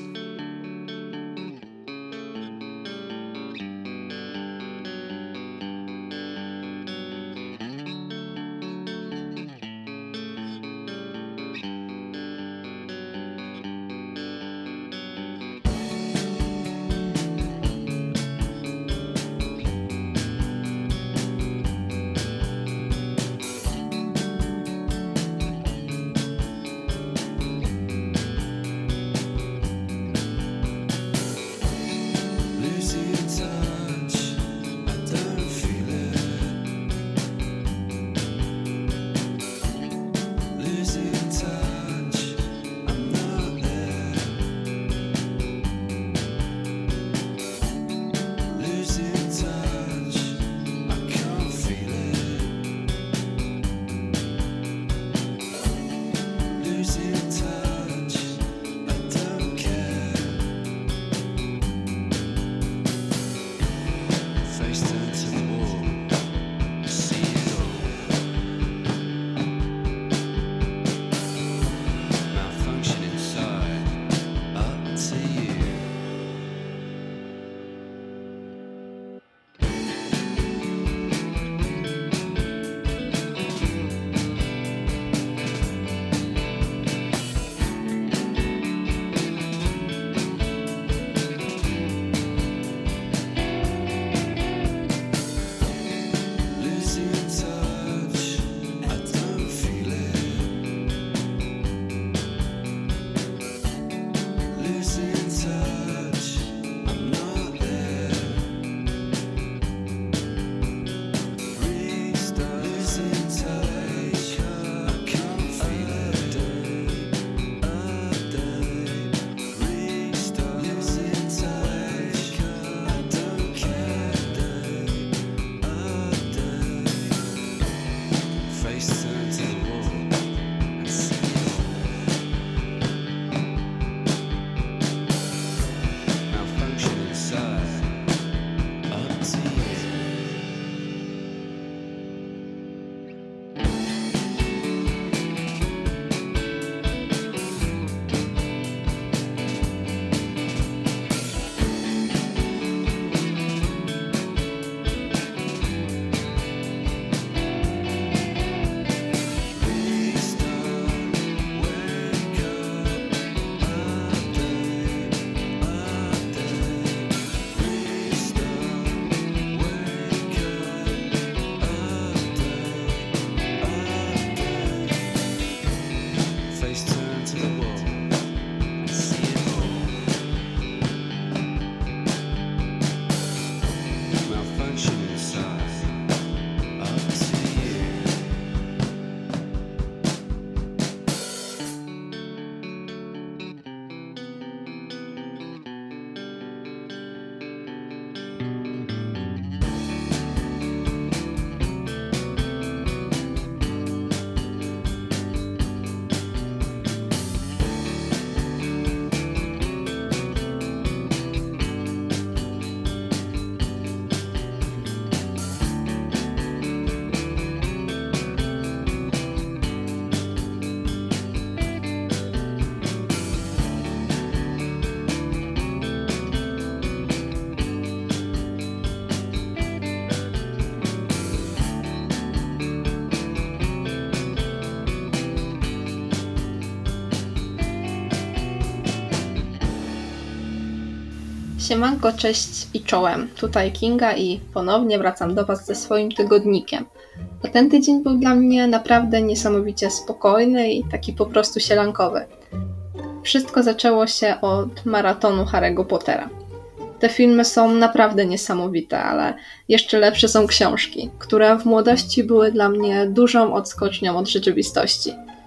Siemanko, cześć i czołem. Tutaj Kinga i ponownie wracam do Was ze swoim tygodnikiem. A ten tydzień był dla mnie naprawdę niesamowicie spokojny i taki po prostu sielankowy. Wszystko zaczęło się od maratonu Harry'ego Pottera. Te filmy są naprawdę niesamowite, ale jeszcze lepsze są książki, które w młodości były dla mnie dużą odskocznią od rzeczywistości.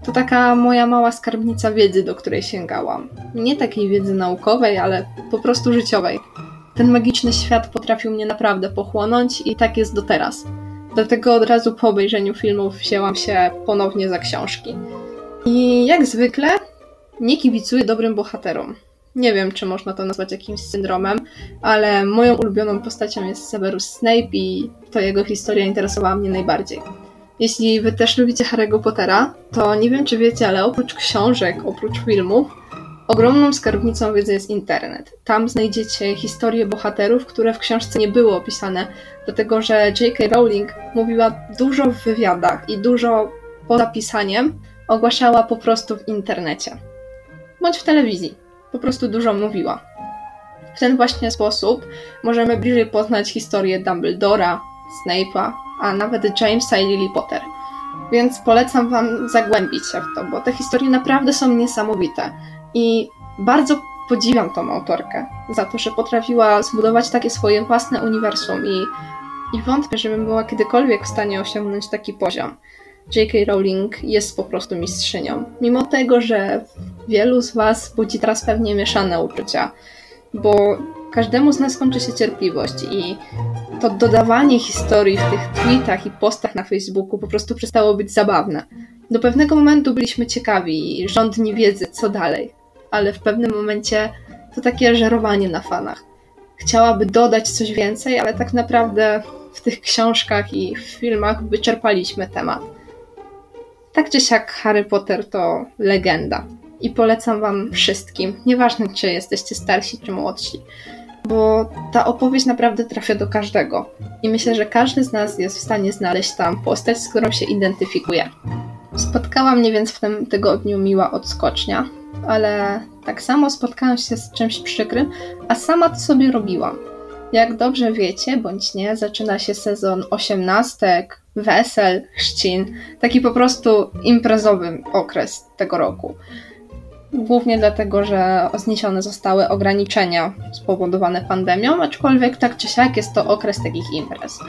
To taka moja mała skarbnica wiedzy, do której sięgałam. Nie takiej wiedzy naukowej, ale po prostu życiowej. Ten magiczny świat potrafił mnie naprawdę pochłonąć i tak jest do teraz. Dlatego od razu po obejrzeniu filmów wzięłam się ponownie za książki. I jak zwykle nie kibicuję dobrym bohaterom. Nie wiem, czy można to nazwać jakimś syndromem, ale moją ulubioną postacią jest Severus Snape i to jego historia interesowała mnie najbardziej. Jeśli wy też lubicie Harry'ego Pottera, to nie wiem, czy wiecie, ale oprócz książek, oprócz filmów, ogromną skarbnicą wiedzy jest internet. Tam znajdziecie historie bohaterów, które w książce nie były opisane, dlatego że J K. Rowling mówiła dużo w wywiadach i dużo poza pisaniem ogłaszała po prostu w internecie. Bądź w telewizji. Po prostu dużo mówiła. W ten właśnie sposób możemy bliżej poznać historię Dumbledora, Snape'a, a nawet Jamesa i Lily Potter. Więc polecam wam zagłębić się w to, bo te historie naprawdę są niesamowite. I bardzo podziwiam tą autorkę za to, że potrafiła zbudować takie swoje własne uniwersum i, i wątpię, żebym była kiedykolwiek w stanie osiągnąć taki poziom. J K. Rowling jest po prostu mistrzynią. Mimo tego, że wielu z was budzi teraz pewnie mieszane uczucia, bo każdemu z nas kończy się cierpliwość i to dodawanie historii w tych tweetach i postach na Facebooku po prostu przestało być zabawne. Do pewnego momentu byliśmy ciekawi i żądni wiedzy, co dalej, ale w pewnym momencie to takie żerowanie na fanach. Chciałaby dodać coś więcej, ale tak naprawdę w tych książkach i w filmach wyczerpaliśmy temat. Tak czy siak Harry Potter to legenda i polecam wam wszystkim, nieważne czy jesteście starsi czy młodsi, bo ta opowieść naprawdę trafia do każdego i myślę, że każdy z nas jest w stanie znaleźć tam postać, z którą się identyfikuje. Spotkała mnie więc w tym tygodniu miła odskocznia, ale tak samo spotkałam się z czymś przykrym, a sama to sobie robiłam. Jak dobrze wiecie, bądź nie, zaczyna się sezon osiemnastek, wesel, chrzcin, taki po prostu imprezowy okres tego roku. Głównie dlatego, że zniesione zostały ograniczenia spowodowane pandemią, aczkolwiek tak czy siak jest to okres takich imprez.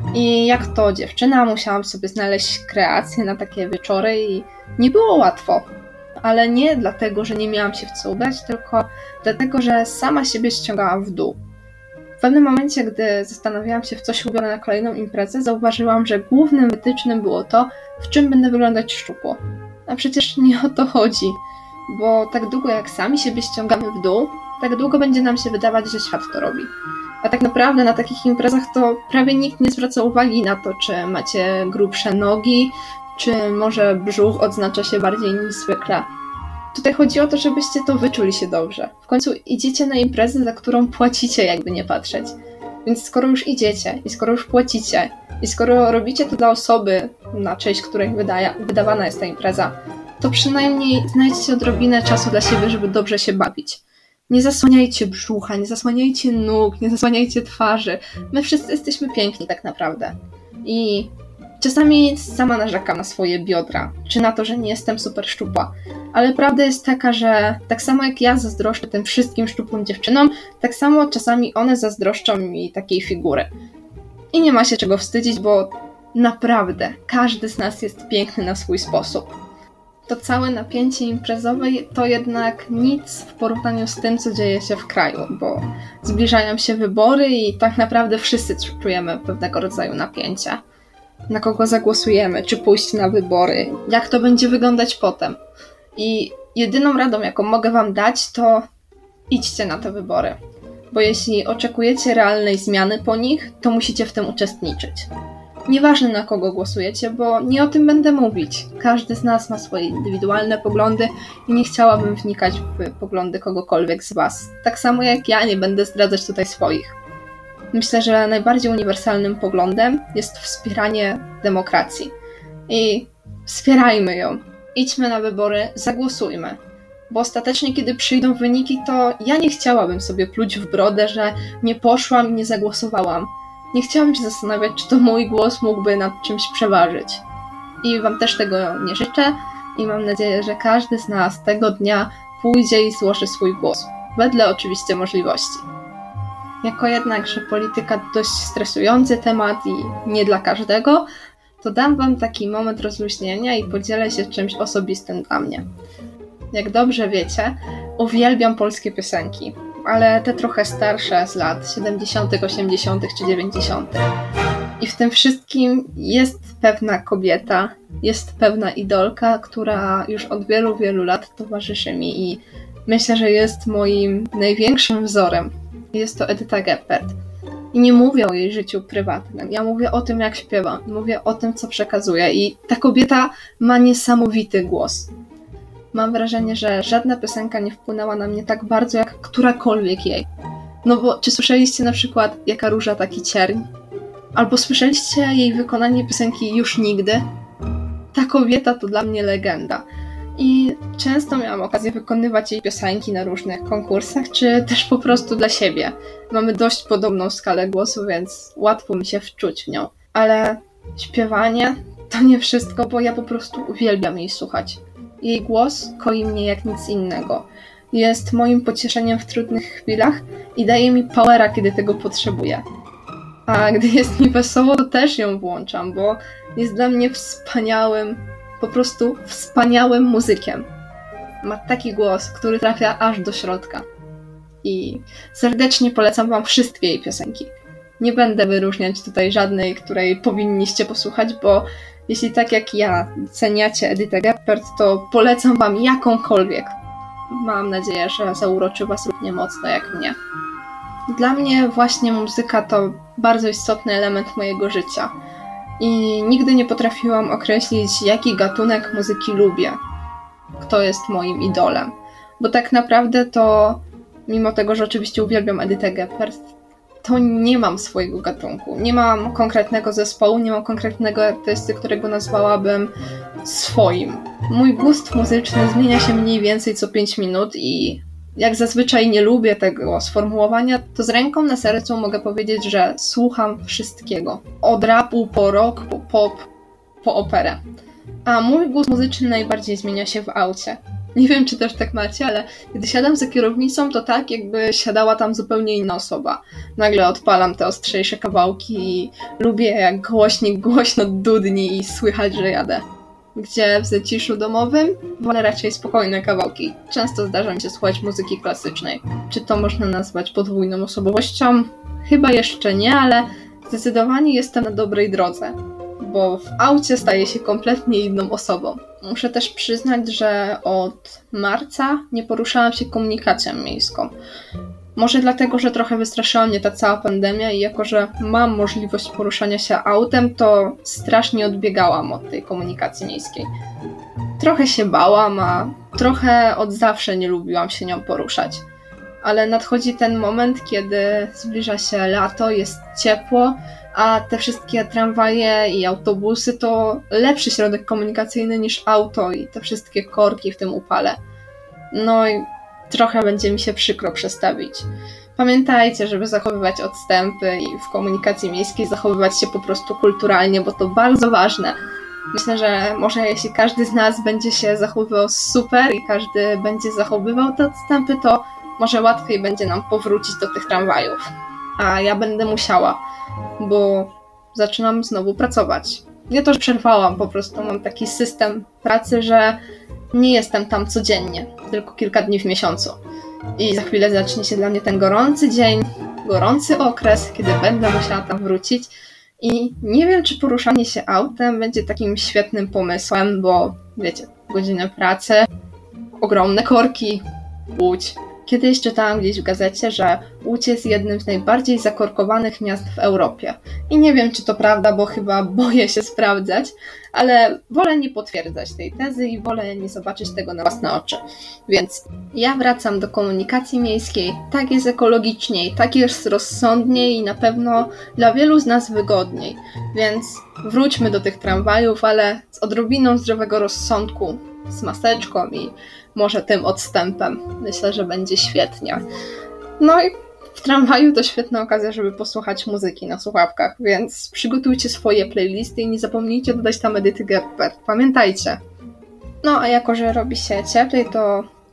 I jak to dziewczyna musiałam sobie znaleźć kreację na takie wieczory i nie było łatwo. Ale nie dlatego, że nie miałam się w co ubrać, tylko dlatego, że sama siebie ściągałam w dół. W pewnym momencie, gdy zastanawiałam się, w co się ubiorę na kolejną imprezę, zauważyłam, że głównym wytycznym było to, w czym będę wyglądać szczupło. A przecież nie o to chodzi, bo tak długo jak sami siebie ściągamy w dół, tak długo będzie nam się wydawać, że świat to robi. A tak naprawdę na takich imprezach to prawie nikt nie zwraca uwagi na to, czy macie grubsze nogi, czy może brzuch odznacza się bardziej niż zwykle. Tutaj chodzi o to, żebyście to wyczuli się dobrze. W końcu idziecie na imprezę, za którą płacicie, jakby nie patrzeć. Więc skoro już idziecie i skoro już płacicie i skoro robicie to dla osoby, na cześć której wydaja, wydawana jest ta impreza, to przynajmniej znajdźcie odrobinę czasu dla siebie, żeby dobrze się bawić. Nie zasłaniajcie brzucha, nie zasłaniajcie nóg, nie zasłaniajcie twarzy. My wszyscy jesteśmy piękni tak naprawdę. I czasami sama narzekam na swoje biodra, czy na to, że nie jestem super szczupła. Ale prawda jest taka, że tak samo jak ja zazdroszczę tym wszystkim szczupłym dziewczynom, tak samo czasami one zazdroszczą mi takiej figury. I nie ma się czego wstydzić, bo naprawdę każdy z nas jest piękny na swój sposób. To całe napięcie imprezowe to jednak nic w porównaniu z tym, co dzieje się w kraju, bo zbliżają się wybory i tak naprawdę wszyscy czujemy pewnego rodzaju napięcie. Na kogo zagłosujemy, czy pójść na wybory, jak to będzie wyglądać potem. I jedyną radą, jaką mogę wam dać, to idźcie na te wybory. Bo jeśli oczekujecie realnej zmiany po nich, to musicie w tym uczestniczyć. Nieważne na kogo głosujecie, bo nie o tym będę mówić. Każdy z nas ma swoje indywidualne poglądy i nie chciałabym wnikać w poglądy kogokolwiek z was. Tak samo jak ja nie będę zdradzać tutaj swoich. Myślę, że najbardziej uniwersalnym poglądem jest wspieranie demokracji. I wspierajmy ją. Idźmy na wybory, zagłosujmy. Bo ostatecznie, kiedy przyjdą wyniki, to ja nie chciałabym sobie pluć w brodę, że nie poszłam i nie zagłosowałam. Nie chciałam się zastanawiać, czy to mój głos mógłby nad czymś przeważyć. I wam też tego nie życzę i mam nadzieję, że każdy z nas tego dnia pójdzie i złoży swój głos. Wedle oczywiście możliwości. Jako jednak, że polityka to dość stresujący temat i nie dla każdego, to dam wam taki moment rozluźnienia i podzielę się czymś osobistym dla mnie. Jak dobrze wiecie, uwielbiam polskie piosenki, ale te trochę starsze z lat siedemdziesiątych, osiemdziesiątych czy dziewięćdziesiątych. I w tym wszystkim jest pewna kobieta, jest pewna idolka, która już od wielu, wielu lat towarzyszy mi i myślę, że jest moim największym wzorem. Jest to Edyta Geppert. I nie mówię o jej życiu prywatnym, ja mówię o tym, jak śpiewa, mówię o tym, co przekazuje. I ta kobieta ma niesamowity głos. Mam wrażenie, że żadna piosenka nie wpłynęła na mnie tak bardzo, jak którakolwiek jej. No bo czy słyszeliście na przykład Jaka róża, taki cierń? Albo słyszeliście jej wykonanie piosenki Już nigdy? Ta kobieta to dla mnie legenda. I często miałam okazję wykonywać jej piosenki na różnych konkursach, czy też po prostu dla siebie. Mamy dość podobną skalę głosu, więc łatwo mi się wczuć w nią. Ale śpiewanie to nie wszystko, bo ja po prostu uwielbiam jej słuchać. Jej głos koi mnie jak nic innego. Jest moim pocieszeniem w trudnych chwilach i daje mi powera, kiedy tego potrzebuję. A gdy jest mi wesoło, to też ją włączam, bo jest dla mnie wspaniałym, po prostu wspaniałym muzykiem. Ma taki głos, który trafia aż do środka. I serdecznie polecam wam wszystkie jej piosenki. Nie będę wyróżniać tutaj żadnej, której powinniście posłuchać, bo jeśli tak jak ja ceniacie Edytę Geppert, to polecam wam jakąkolwiek. Mam nadzieję, że zauroczy was równie mocno jak mnie. Dla mnie właśnie muzyka to bardzo istotny element mojego życia. I nigdy nie potrafiłam określić, jaki gatunek muzyki lubię. Kto jest moim idolem. Bo tak naprawdę to, mimo tego, że oczywiście uwielbiam Edytę Geppert, to nie mam swojego gatunku. Nie mam konkretnego zespołu, nie mam konkretnego artysty, którego nazwałabym swoim. Mój gust muzyczny zmienia się mniej więcej co pięć minut i jak zazwyczaj nie lubię tego sformułowania, to z ręką na sercu mogę powiedzieć, że słucham wszystkiego. Od rapu po rock, po pop, po operę. A mój gust muzyczny najbardziej zmienia się w aucie. Nie wiem, czy też tak macie, ale gdy siadam za kierownicą, to tak, jakby siadała tam zupełnie inna osoba. Nagle odpalam te ostrzejsze kawałki i lubię, jak głośnik głośno dudni i słychać, że jadę. Gdzie w zaciszu domowym wolę raczej spokojne kawałki. Często zdarza mi się słuchać muzyki klasycznej. Czy to można nazwać podwójną osobowością? Chyba jeszcze nie, ale zdecydowanie jestem na dobrej drodze. Bo w aucie staję się kompletnie inną osobą. Muszę też przyznać, że od marca nie poruszałam się komunikacją miejską. Może dlatego, że trochę wystraszyła mnie ta cała pandemia i jako, że mam możliwość poruszania się autem, to strasznie odbiegałam od tej komunikacji miejskiej. Trochę się bałam, a trochę od zawsze nie lubiłam się nią poruszać. Ale nadchodzi ten moment, kiedy zbliża się lato, jest ciepło, a te wszystkie tramwaje i autobusy to lepszy środek komunikacyjny niż auto i te wszystkie korki w tym upale. No i trochę będzie mi się przykro przestawić. Pamiętajcie, żeby zachowywać odstępy i w komunikacji miejskiej zachowywać się po prostu kulturalnie, bo to bardzo ważne. Myślę, że może jeśli każdy z nas będzie się zachowywał super i każdy będzie zachowywał te odstępy, to może łatwiej będzie nam powrócić do tych tramwajów. A ja będę musiała, bo zaczynam znowu pracować. Nie to, że przerwałam, po prostu mam taki system pracy, że nie jestem tam codziennie, tylko kilka dni w miesiącu. I za chwilę zacznie się dla mnie ten gorący dzień, gorący okres, kiedy będę musiała tam wrócić. I nie wiem, czy poruszanie się autem będzie takim świetnym pomysłem, bo wiecie, godziny pracy, ogromne korki, Łódź. Kiedyś czytałam gdzieś w gazecie, że Łódź jest jednym z najbardziej zakorkowanych miast w Europie. I nie wiem, czy to prawda, bo chyba boję się sprawdzać, ale wolę nie potwierdzać tej tezy i wolę nie zobaczyć tego na własne oczy. Więc ja wracam do komunikacji miejskiej. Tak jest ekologiczniej, tak jest rozsądniej i na pewno dla wielu z nas wygodniej. Więc wróćmy do tych tramwajów, ale z odrobiną zdrowego rozsądku, z maseczką i może tym odstępem. Myślę, że będzie świetnie. No i w tramwaju to świetna okazja, żeby posłuchać muzyki na słuchawkach, więc przygotujcie swoje playlisty i nie zapomnijcie dodać tam Edyty Geppert. Pamiętajcie. No a jako, że robi się cieplej, to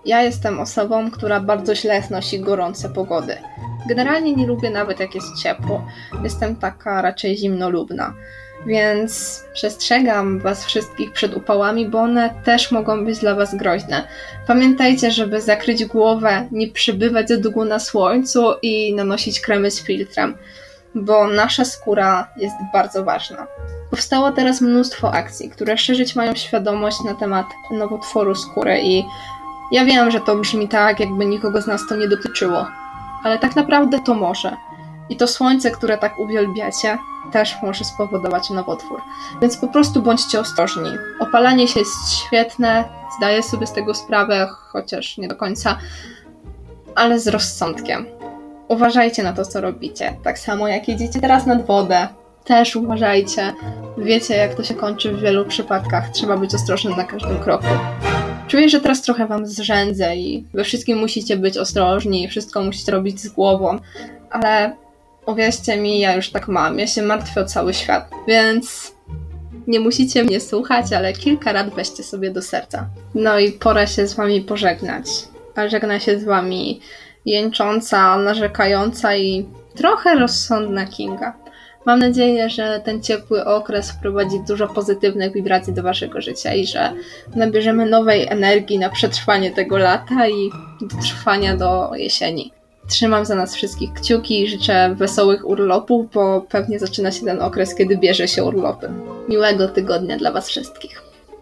Ja jestem osobą, która bardzo źle znosi gorące pogody. Generalnie nie lubię nawet jak jest ciepło. Jestem taka raczej zimnolubna. Więc przestrzegam was wszystkich przed upałami, bo one też mogą być dla was groźne. Pamiętajcie, żeby zakryć głowę, nie przebywać za długo na słońcu i nanosić kremy z filtrem, bo nasza skóra jest bardzo ważna. Powstało teraz mnóstwo akcji, które szerzyć mają świadomość na temat nowotworu skóry i ja wiem, że to brzmi tak, jakby nikogo z nas to nie dotyczyło, ale tak naprawdę to może. I to słońce, które tak uwielbiacie, też może spowodować nowotwór. Więc po prostu bądźcie ostrożni. Opalanie się jest świetne, zdaję sobie z tego sprawę, chociaż nie do końca, ale z rozsądkiem. Uważajcie na to, co robicie. Tak samo jak jedziecie teraz nad wodę, też uważajcie. Wiecie, jak to się kończy w wielu przypadkach. Trzeba być ostrożnym na każdym kroku. Czuję, że teraz trochę wam zrzędzę i we wszystkim musicie być ostrożni, wszystko musicie robić z głową, ale uwierzcie mi, ja już tak mam, ja się martwię o cały świat, więc nie musicie mnie słuchać, ale kilka rad weźcie sobie do serca. No i pora się z wami pożegnać, a żegna się z wami jęcząca, narzekająca i trochę rozsądna Kinga. Mam nadzieję, że ten ciepły okres wprowadzi dużo pozytywnych wibracji do waszego życia i że nabierzemy nowej energii na przetrwanie tego lata i do trwania do jesieni. Trzymam za nas wszystkich kciuki i życzę wesołych urlopów, bo pewnie zaczyna się ten okres, kiedy bierze się urlopy. Miłego tygodnia dla was wszystkich.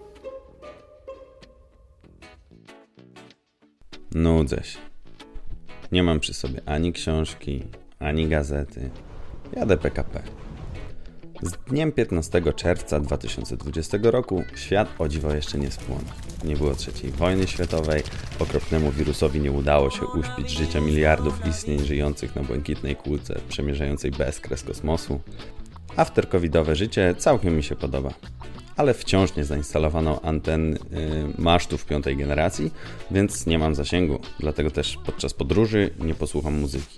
Nudzę się. Nie mam przy sobie ani książki, ani gazety. Jadę P K P. Z dniem piętnastego czerwca dwa tysiące dwudziestego roku świat o dziwo jeszcze nie spłonął. Nie było trzeciej wojny światowej, okropnemu wirusowi nie udało się uśpić życia miliardów istnień żyjących na błękitnej kulce przemierzającej bezkres kosmosu. After-covidowe życie całkiem mi się podoba. Ale wciąż nie zainstalowano anten yy, masztów piątej generacji, więc nie mam zasięgu, dlatego też podczas podróży nie posłucham muzyki.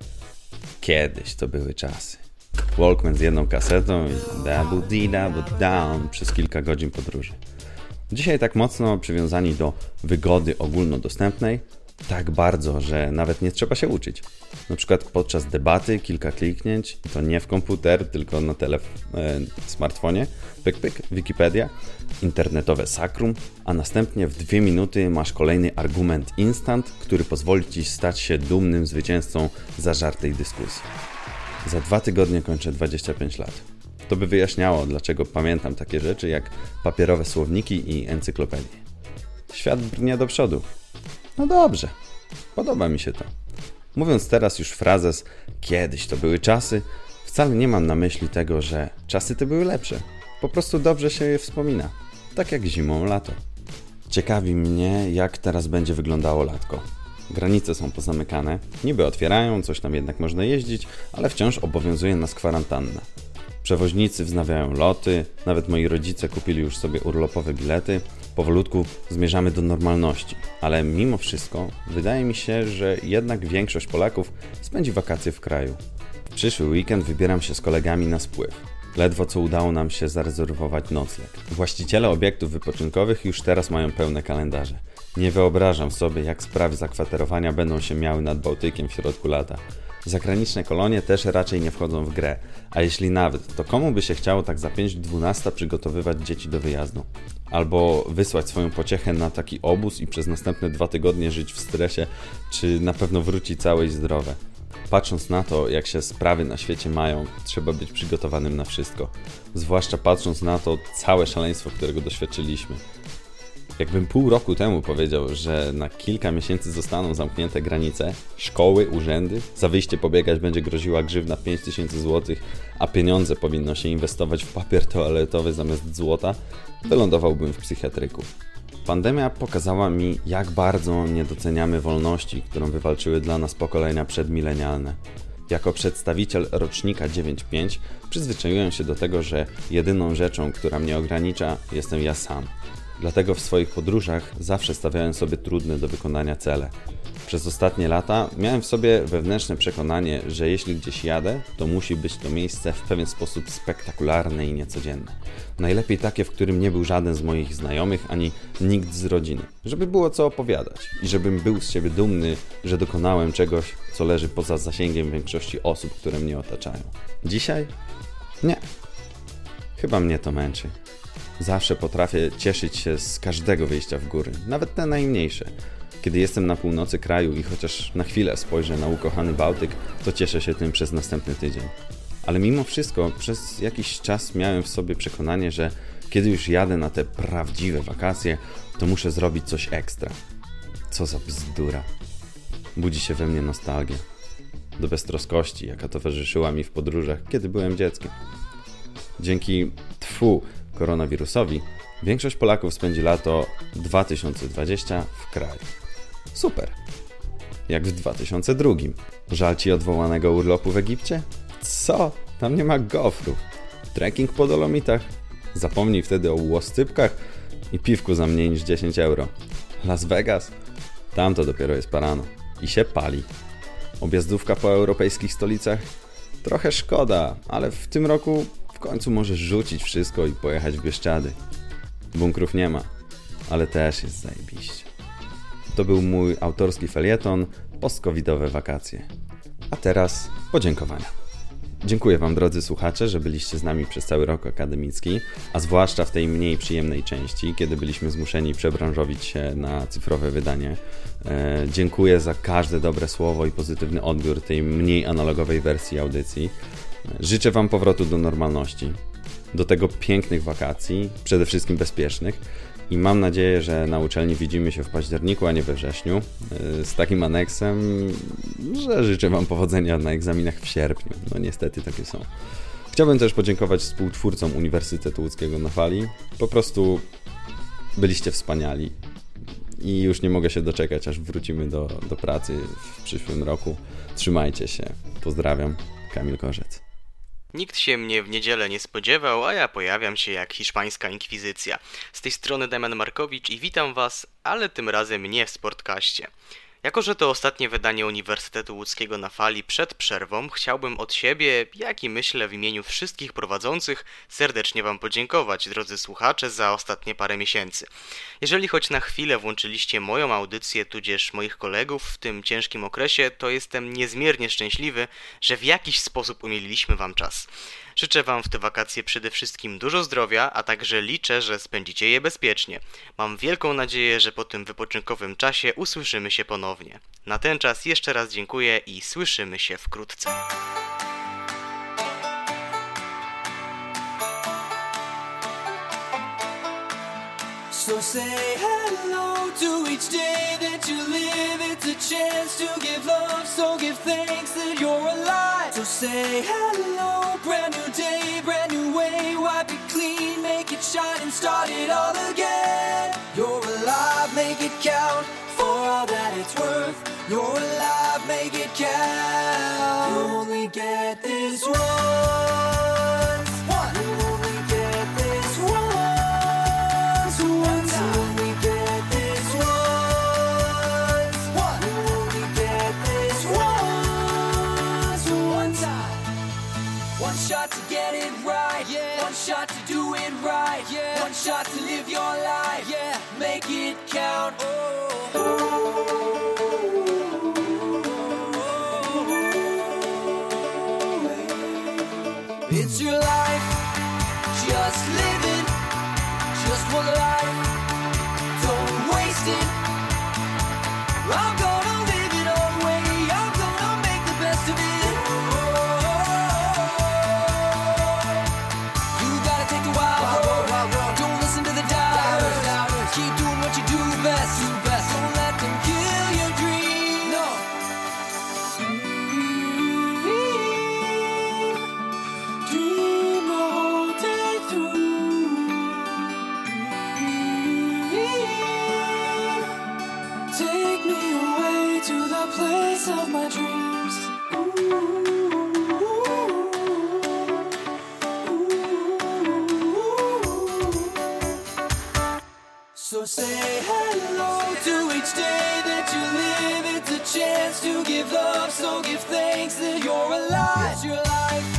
Kiedyś to były czasy. Walkman z jedną kasetą i da-bu-di-da-bu-down przez kilka godzin podróży. Dzisiaj tak mocno przywiązani do wygody ogólnodostępnej, tak bardzo, że nawet nie trzeba się uczyć. Na przykład podczas debaty kilka kliknięć, to nie w komputer, tylko na telef- e, smartfonie, pyk pyk, Wikipedia, internetowe sakrum, a następnie w dwie minuty masz kolejny argument instant, który pozwoli ci stać się dumnym zwycięzcą zażartej dyskusji. Za dwa tygodnie kończę dwadzieścia pięć lat. To by wyjaśniało, dlaczego pamiętam takie rzeczy jak papierowe słowniki i encyklopedie. Świat brnie do przodu. No dobrze, podoba mi się to. Mówiąc teraz już frazes kiedyś to były czasy, wcale nie mam na myśli tego, że czasy te były lepsze. Po prostu dobrze się je wspomina. Tak jak zimą, lato. Ciekawi mnie, jak teraz będzie wyglądało latko. Granice są pozamykane, niby otwierają, coś tam jednak można jeździć, ale wciąż obowiązuje nas kwarantanna. Przewoźnicy wznawiają loty, nawet moi rodzice kupili już sobie urlopowe bilety. Powolutku zmierzamy do normalności, ale mimo wszystko wydaje mi się, że jednak większość Polaków spędzi wakacje w kraju. W przyszły weekend wybieram się z kolegami na spływ. Ledwo co udało nam się zarezerwować nocleg. Właściciele obiektów wypoczynkowych już teraz mają pełne kalendarze. Nie wyobrażam sobie, jak sprawy zakwaterowania będą się miały nad Bałtykiem w środku lata. Zagraniczne kolonie też raczej nie wchodzą w grę, a jeśli nawet, to komu by się chciało tak za pięć dwunasta przygotowywać dzieci do wyjazdu? Albo wysłać swoją pociechę na taki obóz i przez następne dwa tygodnie żyć w stresie, czy na pewno wróci całe i zdrowe. Patrząc na to, jak się sprawy na świecie mają, trzeba być przygotowanym na wszystko. Zwłaszcza patrząc na to całe szaleństwo, którego doświadczyliśmy. Jakbym pół roku temu powiedział, że na kilka miesięcy zostaną zamknięte granice, szkoły, urzędy, za wyjście pobiegać będzie groziła grzywna pięć tysięcy złotych, a pieniądze powinno się inwestować w papier toaletowy zamiast złota, wylądowałbym w psychiatryku. Pandemia pokazała mi, jak bardzo nie doceniamy wolności, którą wywalczyły dla nas pokolenia przedmilenialne. Jako przedstawiciel rocznika dziewięć pięć przyzwyczaiłem się do tego, że jedyną rzeczą, która mnie ogranicza, jestem ja sam. Dlatego w swoich podróżach zawsze stawiałem sobie trudne do wykonania cele. Przez ostatnie lata miałem w sobie wewnętrzne przekonanie, że jeśli gdzieś jadę, to musi być to miejsce w pewien sposób spektakularne i niecodzienne. Najlepiej takie, w którym nie był żaden z moich znajomych, ani nikt z rodziny. Żeby było co opowiadać i żebym był z siebie dumny, że dokonałem czegoś, co leży poza zasięgiem większości osób, które mnie otaczają. Dzisiaj? Nie. Chyba mnie to męczy. Zawsze potrafię cieszyć się z każdego wyjścia w góry, nawet te najmniejsze. Kiedy jestem na północy kraju i chociaż na chwilę spojrzę na ukochany Bałtyk, to cieszę się tym przez następny tydzień. Ale mimo wszystko przez jakiś czas miałem w sobie przekonanie, że kiedy już jadę na te prawdziwe wakacje, to muszę zrobić coś ekstra. Co za bzdura. Budzi się we mnie nostalgia. Do beztroskości, jaka towarzyszyła mi w podróżach, kiedy byłem dzieckiem. Dzięki tfu koronawirusowi większość Polaków spędzi lato dwa tysiące dwudziesty w kraju. Super. Jak w dwa tysiące drugi. Żal ci odwołanego urlopu w Egipcie? Co? Tam nie ma gofrów. Trekking po Dolomitach? Zapomnij wtedy o łoscypkach i piwku za mniej niż dziesięć euro. Las Vegas? Tam to dopiero jest parano. I się pali. Objazdówka po europejskich stolicach? Trochę szkoda, ale w tym roku w końcu możesz rzucić wszystko i pojechać w Bieszczady. Bunkrów nie ma, ale też jest zajebiście. To był mój autorski felieton post-covidowe wakacje. A teraz podziękowania. Dziękuję Wam, drodzy słuchacze, że byliście z nami przez cały rok akademicki, a zwłaszcza w tej mniej przyjemnej części, kiedy byliśmy zmuszeni przebranżowić się na cyfrowe wydanie. E, dziękuję za każde dobre słowo i pozytywny odbiór tej mniej analogowej wersji audycji. Życzę Wam powrotu do normalności, do tego pięknych wakacji, przede wszystkim bezpiecznych, i mam nadzieję, że na uczelni widzimy się w październiku, a nie we wrześniu, z takim aneksem, że życzę Wam powodzenia na egzaminach w sierpniu. No niestety takie są. Chciałbym też podziękować współtwórcom Uniwersytetu Łódzkiego na Fali. Po prostu byliście wspaniali i już nie mogę się doczekać, aż wrócimy do, do pracy w przyszłym roku. Trzymajcie się. Pozdrawiam. Kamil Korzec. Nikt się mnie w niedzielę nie spodziewał, a ja pojawiam się jak hiszpańska inkwizycja. Z tej strony Damian Markowicz i witam Was, ale tym razem nie w Sportcaście. Jako że to ostatnie wydanie Uniwersytetu Łódzkiego na Fali przed przerwą, chciałbym od siebie, jak i myślę w imieniu wszystkich prowadzących, serdecznie Wam podziękować, drodzy słuchacze, za ostatnie parę miesięcy. Jeżeli choć na chwilę włączyliście moją audycję, tudzież moich kolegów w tym ciężkim okresie, to jestem niezmiernie szczęśliwy, że w jakiś sposób umieliliśmy Wam czas. Życzę Wam w te wakacje przede wszystkim dużo zdrowia, a także liczę, że spędzicie je bezpiecznie. Mam wielką nadzieję, że po tym wypoczynkowym czasie usłyszymy się ponownie. Na ten czas jeszcze raz dziękuję i słyszymy się wkrótce. So say hello to each day that you live. It's a chance to give love, so give thanks that you're alive. So say hello, brand new day, brand new way. Wipe it clean, make it shine and start it all again. You're alive, make it count for all that it's worth. You're alive, make it count. You only get this once. One. You only get this once. One shot to get it right, yeah. One shot to do it right, yeah. One shot to live your life, yeah. Make it count. Oh. It's your life, just live it. Just one life, don't waste it. I'm gonna live it all the way. I'm gonna make the best of it. Keep doing what you do best, do best. Don't let them kill your dream. No. Dream, dream the whole day through. Dream, take me away to the place of my dreams. Ooh. So say hello to each day that you live. It's a chance to give love, so give thanks that you're alive. It's your life.